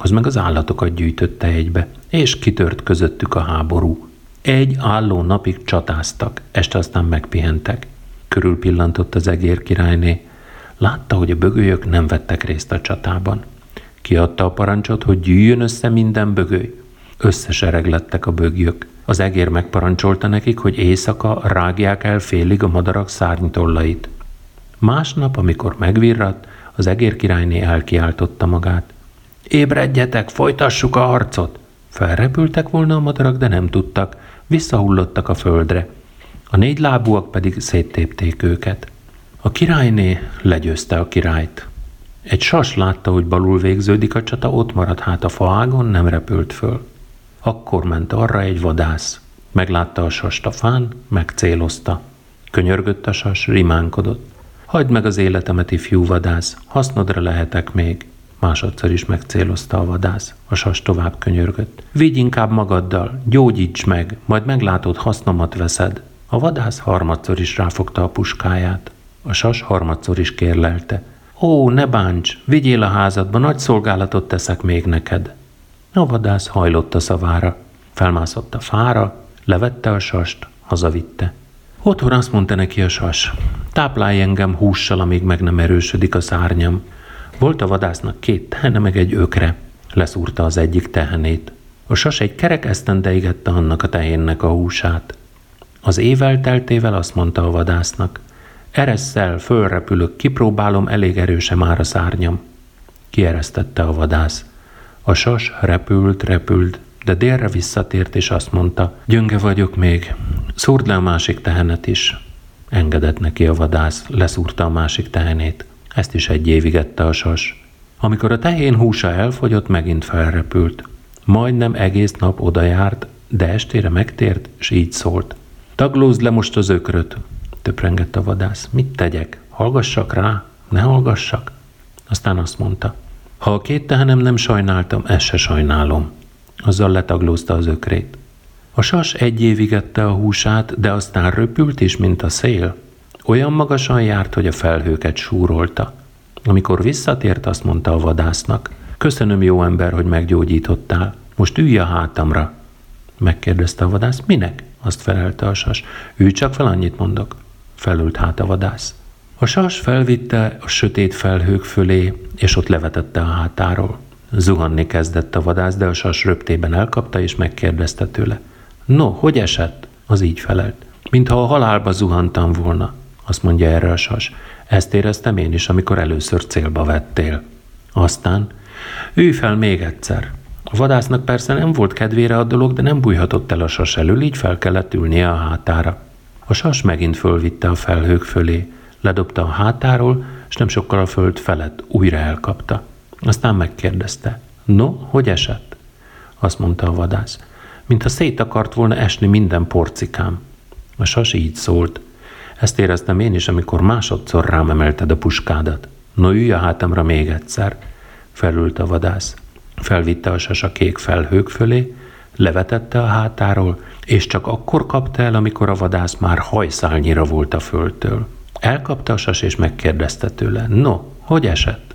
az meg az állatokat gyűjtötte egybe, és kitört közöttük a háború. Egy álló napig csatáztak, este aztán megpihentek. Körülpillantott az egér királyné, látta, hogy a bögölyök nem vettek részt a csatában. Kiadta a parancsot, hogy gyűjjön össze minden bögöly. Összesereglettek a bögyök. Az egér megparancsolta nekik, hogy éjszaka rágják el félig a madarak szárnytollait. Másnap, amikor megvirradt, az egér királyné elkiáltotta magát. Ébredjetek, folytassuk a harcot! Felrepültek volna a madarak, de nem tudtak, visszahullottak a földre. A négy lábúak pedig széttépték őket. A királyné legyőzte a királyt. Egy sas látta, hogy balul végződik a csata, ott maradt hát a faágon, nem repült föl. Akkor ment arra egy vadász. Meglátta a sast a fán, megcélozta. Könyörgött a sas, rimánkodott. Hagyd meg az életemet, ifjú vadász, hasznodra lehetek még. Másodszor is megcélozta a vadász. A sas tovább könyörgött. Vigy inkább magaddal, gyógyíts meg, majd meglátod, hasznomat veszed. A vadász harmadszor is ráfogta a puskáját. A sas harmadszor is kérlelte. Ó, ne bánts, vigyél a házadba, nagy szolgálatot teszek még neked. A vadász hajlott a szavára. Felmászott a fára, levette a sast, hazavitte. Otthon azt mondta neki a sas. Táplálj engem hússal, amíg meg nem erősödik a szárnyam. Volt a vadásznak két tehene, meg egy ökre. Leszúrta az egyik tehenét. A sas egy kerek esztendeig ette annak a tehénnek a húsát. Az év elteltével azt mondta a vadásznak. Eresszel, fölrepülök, kipróbálom, elég erőse már a szárnyam. Kieresztette a vadász. A sas repült, repült, de délre visszatért, és azt mondta, gyönge vagyok még, szúrd le a másik tehenet is. Engedett neki a vadász, leszúrta a másik tehenét. Ezt is egy évig ette a sas. Amikor a tehén húsa elfogyott, megint felrepült. Majdnem egész nap oda járt, de estére megtért, és így szólt. Taglózd le most az ökröt, töprengett a vadász. Mit tegyek? Hallgassak rá? Ne hallgassak? Aztán azt mondta. Ha a két tehenem nem sajnáltam, ezt se sajnálom. Azzal letaglózta az ökrét. A sas egy évig ette a húsát, de aztán röpült is, mint a szél. Olyan magasan járt, hogy a felhőket súrolta. Amikor visszatért, azt mondta a vadásznak. Köszönöm, jó ember, hogy meggyógyítottál. Most ülj a hátamra. Megkérdezte a vadász. Minek? Azt felelte a sas. Ülj csak fel, annyit mondok. Felült hát a vadász. A sas felvitte a sötét felhők fölé, és ott levetette a hátáról. Zuhanni kezdett a vadász, de a sas röptében elkapta, és megkérdezte tőle. No, hogy esett? Az így felelt. Mintha a halálba zuhantam volna. Azt mondja erre a sas. Ezt éreztem én is, amikor először célba vettél. Aztán ülj fel még egyszer. A vadásznak persze nem volt kedvére a dolog, de nem bújhatott el a sas elől, így fel kellett ülnie a hátára. A sas megint fölvitte a felhők fölé, ledobta a hátáról, és nem sokkal a föld felett újra elkapta. Aztán megkérdezte. No, hogy esett? Azt mondta a vadász. Mintha szét akart volna esni minden porcikám. A sas így szólt. Ezt éreztem én is, amikor másodszor rám emelted a puskádat. No, ülj a hátamra még egyszer. Felült a vadász. Felvitte a sas a kék felhők fölé, levetette a hátáról, és csak akkor kapta el, amikor a vadász már hajszálnyira volt a földtől. Elkapta a sas, és megkérdezte tőle. No, hogy esett?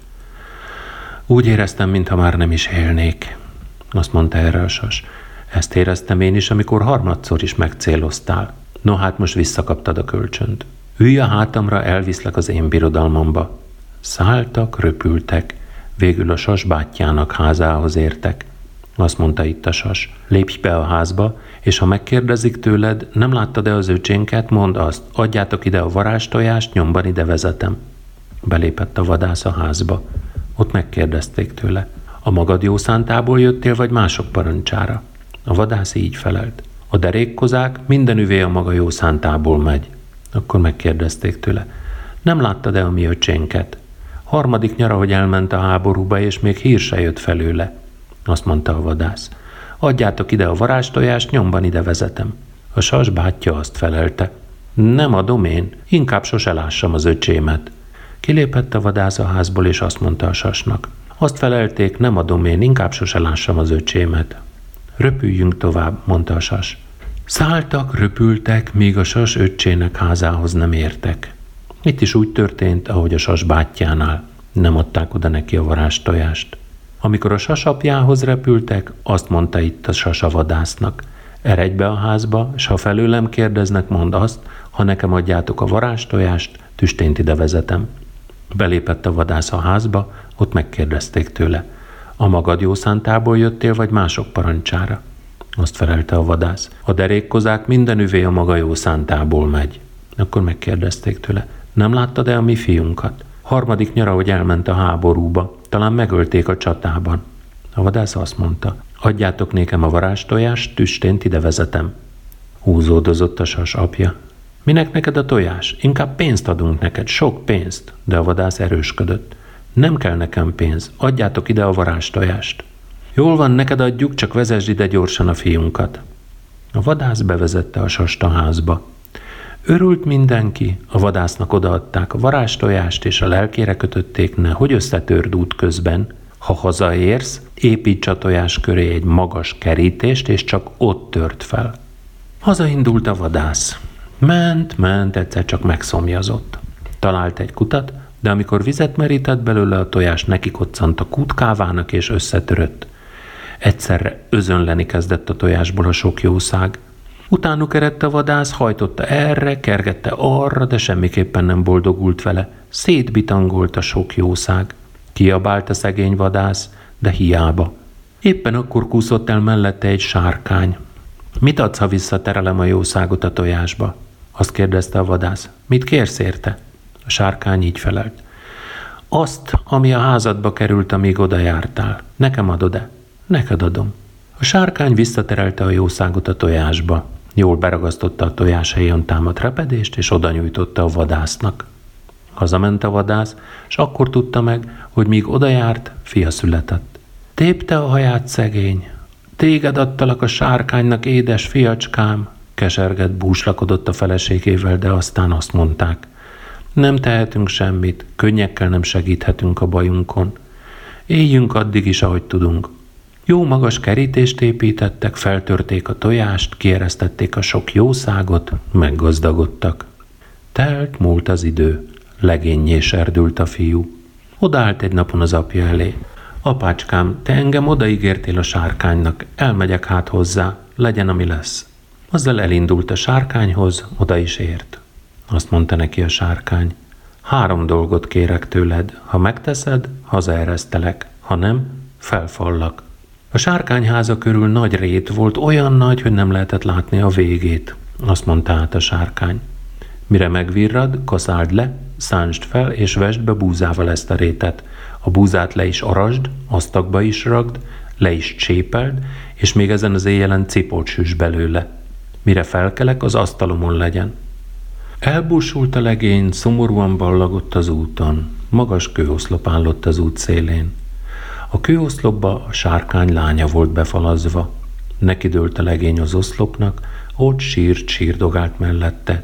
Úgy éreztem, mintha már nem is élnék. Azt mondta erre a sas. Ezt éreztem én is, amikor harmadszor is megcéloztál. No, hát most visszakaptad a kölcsönt. Ülj a hátamra, elviszlek az én birodalmamba. Szálltak, röpültek, végül a sas bátyjának házához értek. Azt mondta itt a sas. Lépj be a házba, és ha megkérdezik tőled, nem láttad-e az öcsénket, mondd azt, adjátok ide a varázstojást, nyomban ide vezetem. Belépett a vadász a házba. Ott megkérdezték tőle. A magad jó szántából jöttél, vagy mások parancsára? A vadász így felelt. A derékkozák, minden üvé a maga jó szántából megy. Akkor megkérdezték tőle. Nem láttad-e a mi öcsénket? Harmadik nyara, hogy elment a háborúba, és még hír se jött felőle. Azt mondta a vadász. Adjátok ide a varázstojást, nyomban ide vezetem. A sas bátyja azt felelte. Nem adom én, inkább sose lássam az öcsémet. Kilépett a vadász a házból, és azt mondta a sasnak. Azt felelték, nem adom én, inkább sose lássam az öcsémet. Röpüljünk tovább, mondta a sas. Szálltak, röpültek, míg a sas öccsének házához nem értek. Itt is úgy történt, ahogy a sas bátyjánál. Nem adták oda neki a varázstojást. Amikor a sasapjához repültek, azt mondta itt a sasavadásznak: eredj be a házba, s ha felőlem kérdeznek, mondd azt, ha nekem adjátok a varázstojást, tüstént ide vezetem. Belépett a vadász a házba, ott megkérdezték tőle: a magad jó szántából jöttél, vagy mások parancsára? Azt felelte a vadász: a derékkozák minden üvé a maga jó szántából megy. Akkor megkérdezték tőle: nem láttad-e a mi fiunkat? Harmadik nyara, hogy elment a háborúba, talán megölték a csatában. A vadász azt mondta: adjátok nékem a varázstojást, tüstént ide vezetem. Húzódozott a sas apja. Minek neked a tojás? Inkább pénzt adunk neked, sok pénzt. De a vadász erősködött. Nem kell nekem pénz, adjátok ide a varázstojást. Jól van, neked adjuk, csak vezesd ide gyorsan a fiunkat. A vadász bevezette a sast a házba. Örült mindenki, a vadásznak odaadták a varázstojást, és a lelkére kötötték, nehogy összetörd út közben. Ha hazaérsz, építs a tojás köré egy magas kerítést, és csak ott tört fel. Hazaindult a vadász. Ment, ment, egyszer csak megszomjazott. Talált egy kutat, de amikor vizet merített belőle, a tojás nekikoccant a kútkávának, és összetörött. Egyszerre özönleni kezdett a tojásból a sok jószág. Utánuk eredt a vadász, hajtotta erre, kergette arra, de semmiképpen nem boldogult vele. Szétbitangolt a sok jószág. Kiabált a szegény vadász, de hiába. Éppen akkor kúszott el mellette egy sárkány. Mit adsz, ha visszaterelem a jószágot a tojásba? Azt kérdezte a vadász. Mit kérsz érte? A sárkány így felelt. Azt, ami a házadba került, amíg oda jártál. Nekem adod-e? Neked adom. A sárkány visszaterelte a jószágot a tojásba. Jól beragasztotta a tojás helyen támadt repedést, és oda nyújtotta a vadásznak. Hazament a vadász, és akkor tudta meg, hogy míg oda járt, fia született. Tépte a haját szegény. Téged adtalak a sárkánynak, édes fiacskám, kesergett, búslakodott a feleségével, de aztán azt mondták: nem tehetünk semmit, könnyekkel nem segíthetünk a bajunkon. Éljünk addig is, ahogy tudunk. Jó magas kerítést építettek, feltörték a tojást, kieresztették a sok jószágot, meggazdagodtak. Telt, múlt az idő, legénnyé serdült a fiú. Odaállt egy napon az apja elé. Apácskám, te engem odaígértél a sárkánynak, elmegyek hát hozzá, legyen, ami lesz. Azzal elindult a sárkányhoz, oda is ért. Azt mondta neki a sárkány: három dolgot kérek tőled, ha megteszed, hazaeresztelek, ha nem, felfallak. A sárkányháza körül nagy rét volt, olyan nagy, hogy nem lehetett látni a végét. Azt mondta át a sárkány: mire megvirrad, kaszáld le, szántsd fel, és vesd be búzával ezt a rétet. A búzát le is arasd, asztakba is ragd, le is csépeld, és még ezen az éjjelen cipót süss belőle. Mire felkelek, az asztalomon legyen. Elbúsult a legény, szomorúan ballagott az úton. Magas kőoszlop állott az út szélén. A kőoszlopba a sárkány lánya volt befalazva. Nekidőlt a legény az oszlopnak, ott sírt, sírdogált mellette.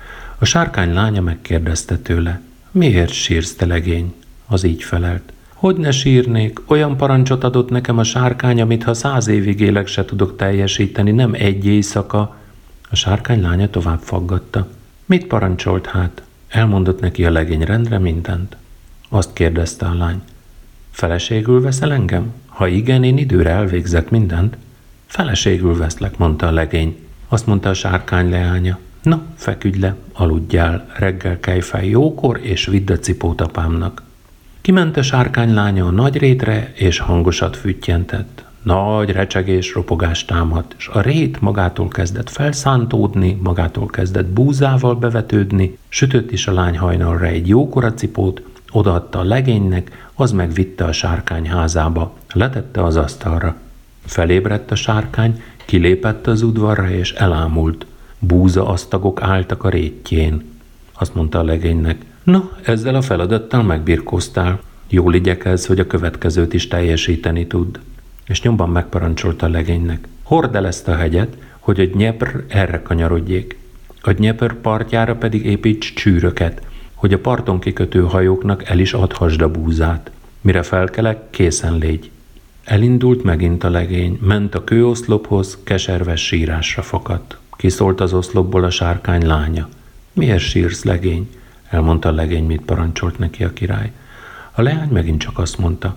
A sárkány lánya megkérdezte tőle: miért sírsz, te legény? Az így felelt: hogy ne sírnék, olyan parancsot adott nekem a sárkány, amit ha száz évig élek, se tudok teljesíteni, nem egy éjszaka. A sárkány lánya tovább faggatta. Mit parancsolt hát? Elmondott neki a legény rendre mindent. Azt kérdezte a lány: feleségül veszel engem? Ha igen, én időre elvégzek mindent. Feleségül veszlek, mondta a legény. Azt mondta a sárkány leánya: na, feküdj le, aludjál, reggel kelj fel jókor, és vidd a cipót apámnak. Kiment a sárkány lánya a nagy rétre, és hangosat füttyentett. Nagy recsegés, ropogás támadt, és a rét magától kezdett felszántódni, magától kezdett búzával bevetődni, sütött is a lány hajnalra egy jókora cipót, odaadta a legénynek, az megvitte a sárkány házába, letette az asztalra. Felébredt a sárkány, kilépett az udvarra, és elámult. Búza asztagok álltak a rétjén. Azt mondta a legénynek: no, ezzel a feladattal megbirkóztál. Jól igyekezz, hogy a következőt is teljesíteni tudd. És nyomban megparancsolta a legénynek: hord el ezt a hegyet, hogy a Dnyepr erre kanyarodjék. A Dnyepr partjára pedig építs csűröket, hogy a parton kikötő hajóknak el is adhassd a búzát. Mire felkelek, készen légy. Elindult megint a legény, ment a kőoszlophoz, keserves sírásra fakadt. Kiszólt az oszlopból a sárkány lánya. Miért sírsz, legény? Elmondta a legény, mit parancsolt neki a király. A leány megint csak azt mondta: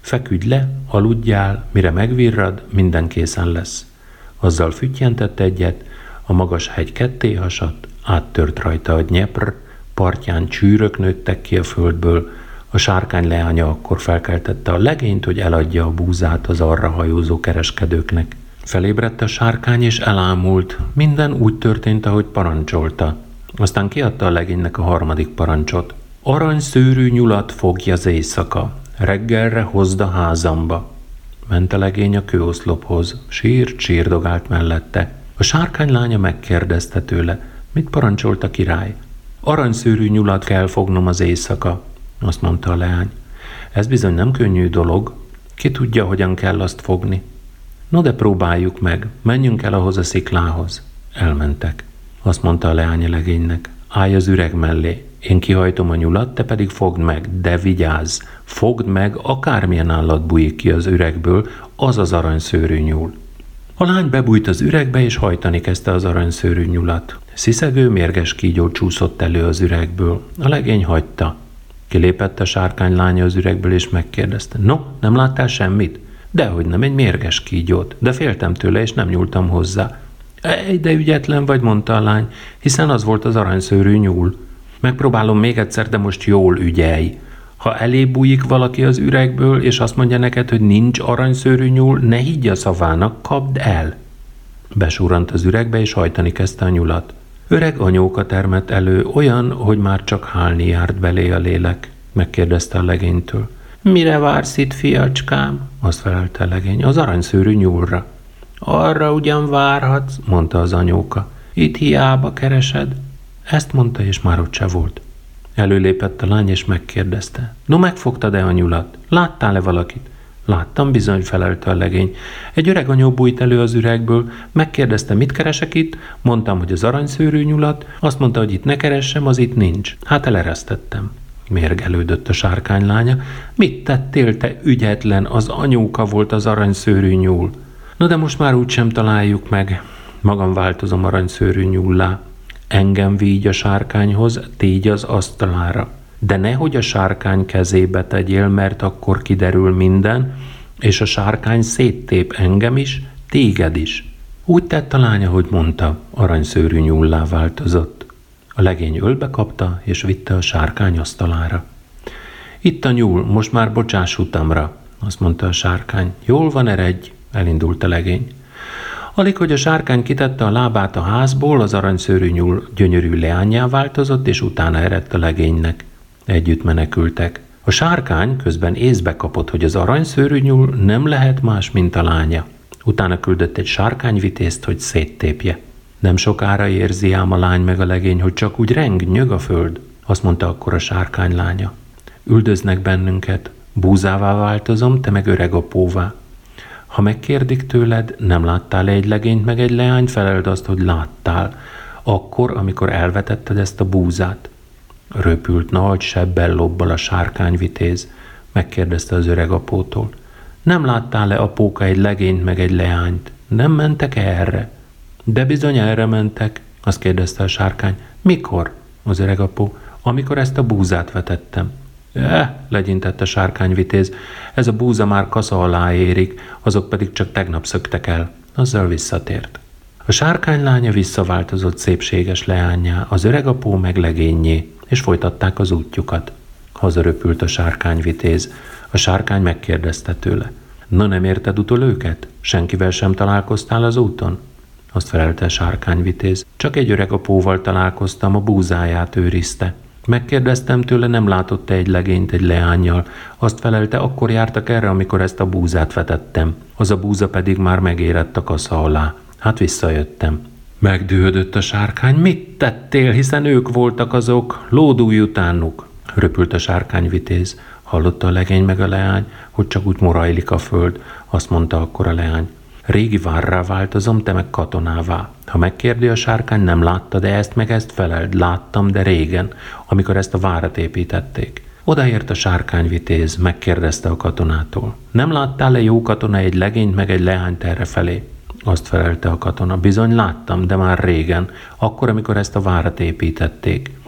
Feküdj le, aludjál, mire megvirrad, minden készen lesz. Azzal füttyentett egyet, a magas hegy ketté hasadt, áttört rajta a Dnyepr, partján csűrök nőttek ki a földből, a sárkány leánya akkor felkeltette a legényt, hogy eladja a búzát az arra hajózó kereskedőknek. Felébredt a sárkány és elámult, minden úgy történt, ahogy parancsolta. Aztán kiadta a legénynek a harmadik parancsot. Aranyszőrű nyulat fogj az éjszaka, reggelre hozd a házamba. Ment a legény a kőoszlophoz, sírt, sírdogált mellette. A sárkány lánya megkérdezte tőle, mit parancsolt a király. Aranyszőrű nyulat kell fognom az éjszaka, azt mondta a leány. Ez bizony nem könnyű dolog, ki tudja, hogyan kell azt fogni. No de próbáljuk meg, menjünk el ahhoz a sziklához. Elmentek. Azt mondta a leány a legénynek, állj az üreg mellé, én kihajtom a nyulat, te pedig fogd meg, de vigyázz, fogd meg, akármilyen állat bújik ki az üregből, az az aranyszőrű nyúl. A lány bebújt az üregbe, és hajtani kezdte az aranyszőrű nyulat. Sziszegő, mérges kígyó csúszott elő az üregből. A legény hagyta. Kilépett a sárkány lánya az üregből, és megkérdezte, no, nem láttál semmit? Dehogy nem, egy mérges kígyót, de féltem tőle, és nem nyúltam hozzá. Ej, de ügyetlen vagy, mondta a lány, hiszen az volt az aranyszőrű nyúl. Megpróbálom még egyszer, de most jól ügyelj. Ha elé bújik valaki az üregből, és azt mondja neked, hogy nincs aranyszőrű nyúl, ne higgy a szavának, kapd el. Besúrant az üregbe, és hajtani kezdte a nyulat. Öreg anyóka termett elő, olyan, hogy már csak hálni járt belé a lélek. Megkérdezte a legénytől. Mire vársz itt, fiacskám? Azt felelte a legény. Az aranyszőrű nyúlra. Arra ugyan várhatsz, mondta az anyóka. Itt hiába keresed. Ezt mondta, és már ott se volt. Előlépett a lány, és megkérdezte. No, megfogtad-e a nyulat? Láttál-e valakit? Láttam bizony, felelte a legény. Egy öreg anyó bújt elő az üregből, megkérdezte, mit keresek itt, mondtam, hogy az aranyszőrű nyulat, azt mondta, hogy itt ne keressem, az itt nincs. Hát eleresztettem. Mérgelődött a sárkány lánya. Mit tettél, te ügyetlen, az anyóka volt az aranyszőrű nyúl. No, de most már úgysem találjuk meg. Magam változom aranyszőrű nyúllá. Engem vígy a sárkányhoz, tégy az asztalára. De nehogy a sárkány kezébe tegyél, mert akkor kiderül minden, és a sárkány széttép engem is, téged is. Úgy tett a lány, ahogy mondta, aranyszőrű nyúllá változott. A legény ölbe kapta, és vitte a sárkány asztalára. Itt a nyúl, most már bocsáss utamra, azt mondta a sárkány. Jól van, eredj, elindult a legény. Alig, hogy a sárkány kitette a lábát a házból, az aranyszőrű nyúl gyönyörű leányá változott, és utána eredt a legénynek. Együtt menekültek. A sárkány közben észbe kapott, hogy az aranyszőrű nyúl nem lehet más, mint a lánya. Utána küldött egy sárkányvitézt, hogy széttépje. Nem sokára érzi ám a lány meg a legény, hogy csak úgy reng, nyög a föld. Azt mondta akkor a sárkány lánya. Üldöznek bennünket, búzává változom, te meg öreg apóvá. Ha megkérdik tőled, nem láttál egy legényt meg egy leányt, feleld azt, hogy láttál. Akkor, amikor elvetetted ezt a búzát. Röpült nagy sebbel lobbal a sárkányvitéz, megkérdezte az öreg apótól. Nem láttál-e, apóka, egy legényt meg egy leányt? Nem mentek erre? De bizony erre mentek, azt kérdezte a sárkány. Mikor? Az öreg apó. Amikor ezt a búzát vetettem. Eh, legyintett a sárkányvitéz, ez a búza már kasza alá érik, azok pedig csak tegnap szöktek el. Azzal visszatért. A sárkány lánya visszaváltozott szépséges leányá, az öreg apó meg legényé, és folytatták az útjukat. Hazaröpült a sárkányvitéz. A sárkány megkérdezte tőle. Na, nem érted utol őket? Senkivel sem találkoztál az úton? Azt felelte a sárkányvitéz. Csak egy öreg apóval találkoztam, a búzáját őrizte. Megkérdeztem tőle, nem látott-e egy legényt egy leánnyal. Azt felelte, akkor jártak erre, amikor ezt a búzát vetettem. Az a búza pedig már megérett a kasza alá. Hát visszajöttem. Megdühödött a sárkány. Mit tettél, hiszen ők voltak azok? Lódulj utánuk. Röpült a sárkányvitéz. Hallotta a legény meg a leány, hogy csak úgy morajlik a föld. Azt mondta akkor a leány. Régi várrá változom, te meg katonává. Ha megkérdi a sárkány, nem látta, de ezt meg ezt feleld. Láttam, de régen, amikor ezt a várat építették. Odaért a sárkányvitéz, megkérdezte a katonától. Nem láttál-e, jó katona, egy legényt meg egy leányt errefelé? Azt felelte a katona. Bizony láttam, de már régen, akkor, amikor ezt a várat építették.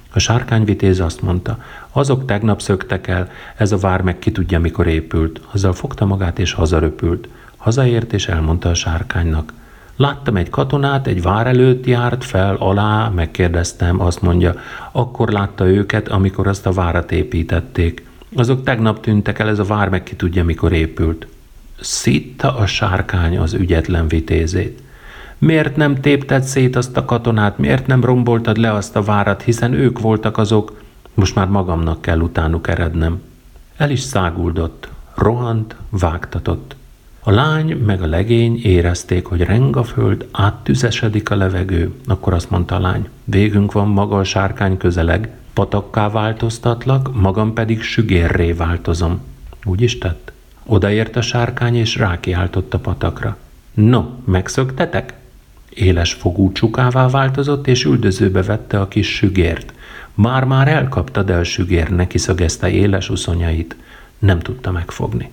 A sárkányvitéz azt mondta, azok tegnap szöktek el, ez a vár meg ki tudja, mikor épült. Azzal fogta magát és hazaröpült. Hazaért és elmondta a sárkánynak. Láttam egy katonát, egy vár előtt járt fel, alá, megkérdeztem, azt mondja, akkor látta őket, amikor azt a várat építették. Azok tegnap tűntek el, ez a vár meg ki tudja, mikor épült. Szitta a sárkány az ügyetlen vitézét. Miért nem tépted szét azt a katonát, miért nem romboltad le azt a várat, hiszen ők voltak azok, most már magamnak kell utánuk erednem. El is száguldott, rohant, vágtatott. A lány meg a legény érezték, hogy reng a föld, áttüzesedik a levegő. Akkor azt mondta a lány, végünk van, maga a sárkány közeleg, patakká változtatlak, magam pedig sügérré változom. Úgy is tett. Odaért a sárkány és rákiáltott a patakra. No, megszöktetek? Éles fogú csukává változott, és üldözőbe vette a kis sügért. Már-már elkaptad el sügér, neki szögezte éles uszonyait. Nem tudta megfogni.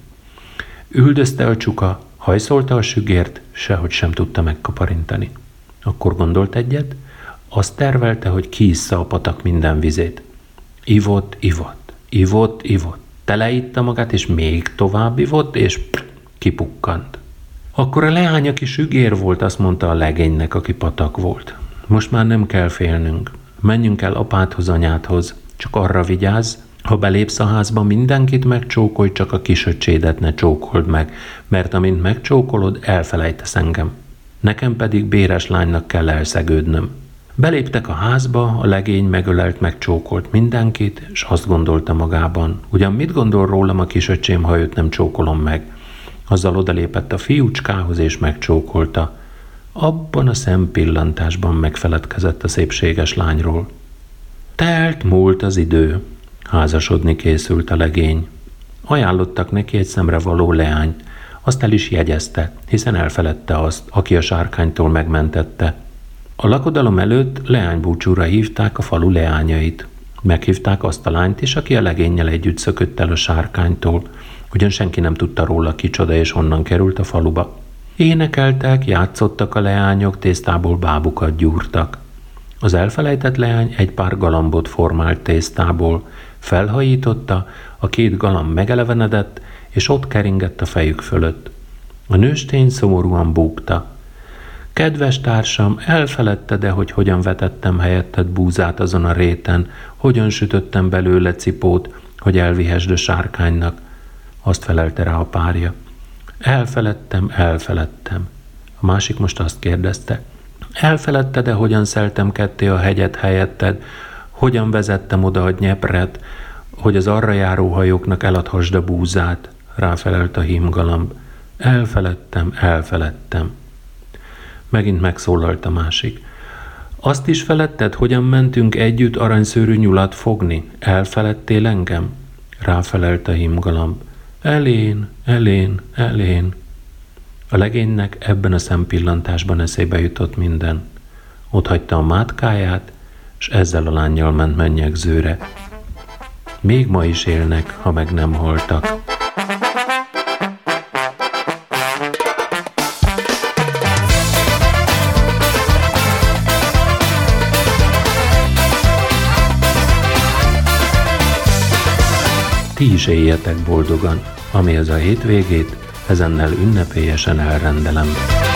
Üldözte a csuka, hajszolta a sügért, sehogy sem tudta megkaparintani. Akkor gondolt egyet, azt tervelte, hogy kiissza a patak minden vizét. Ivott, ivott, ivott, ivott, teleitta magát, és még tovább ivott, és kipukkant. Akkor a leány, aki sügér volt, azt mondta a legénynek, aki patak volt. Most már nem kell félnünk. Menjünk el apádhoz, anyádhoz. Csak arra vigyázz, ha belépsz a házba, mindenkit megcsókolj, csak a kisöccsédet ne csókold meg, mert amint megcsókolod, elfelejtesz engem. Nekem pedig béres lánynak kell elszegődnöm. Beléptek a házba, a legény megölelt, megcsókolt mindenkit, és azt gondolta magában, ugyan mit gondol rólam a kisöccsém, ha őt nem csókolom meg. Azzal odalépett a fiúcskához, és megcsókolta. Abban a szempillantásban megfeledkezett a szépséges lányról. Telt múlt az idő. Házasodni készült a legény. Ajánlottak neki egy szemre való leányt. Azt el is jegyezte, hiszen elfeledte azt, aki a sárkánytól megmentette. A lakodalom előtt leánybúcsúra hívták a falu leányait. Meghívták azt a lányt is, aki a legénnyel együtt szökött el a sárkánytól, ugyan senki nem tudta róla, kicsoda és honnan került a faluba. Énekeltek, játszottak a leányok, tésztából bábukat gyúrtak. Az elfelejtett leány egy pár galambot formált tésztából, felhajította, a két galamb megelevenedett, és ott keringett a fejük fölött. A nőstény szomorúan búgta. Kedves társam, elfeledted-e, hogy hogyan vetettem helyetted búzát azon a réten, hogyan sütöttem belőle cipót, hogy elvihesd a sárkánynak? Azt felelte rá a párja. Elfeledtem, elfeledtem. A másik most azt kérdezte. Elfeledted-e, hogyan szeltem ketté a hegyet helyetted, hogyan vezettem oda a Dnyepret, hogy az arra járó hajóknak eladhassd a búzát? Ráfelelt a hímgalamb. Elfeledtem, elfeledtem. Megint megszólalt a másik. Azt is feledted, hogyan mentünk együtt aranyszőrű nyulat fogni? Elfeledtél engem? Ráfelelt a hímgalamb. Elén, elén, elén. A legénynek ebben a szempillantásban eszébe jutott minden. Ott hagyta a mátkáját, és ezzel a lánnyal ment mennyegzőre. Még ma is élnek, ha meg nem haltak. Ti is éljetek boldogan, ami ez a hétvégét, ezennel ünnepélyesen elrendelem.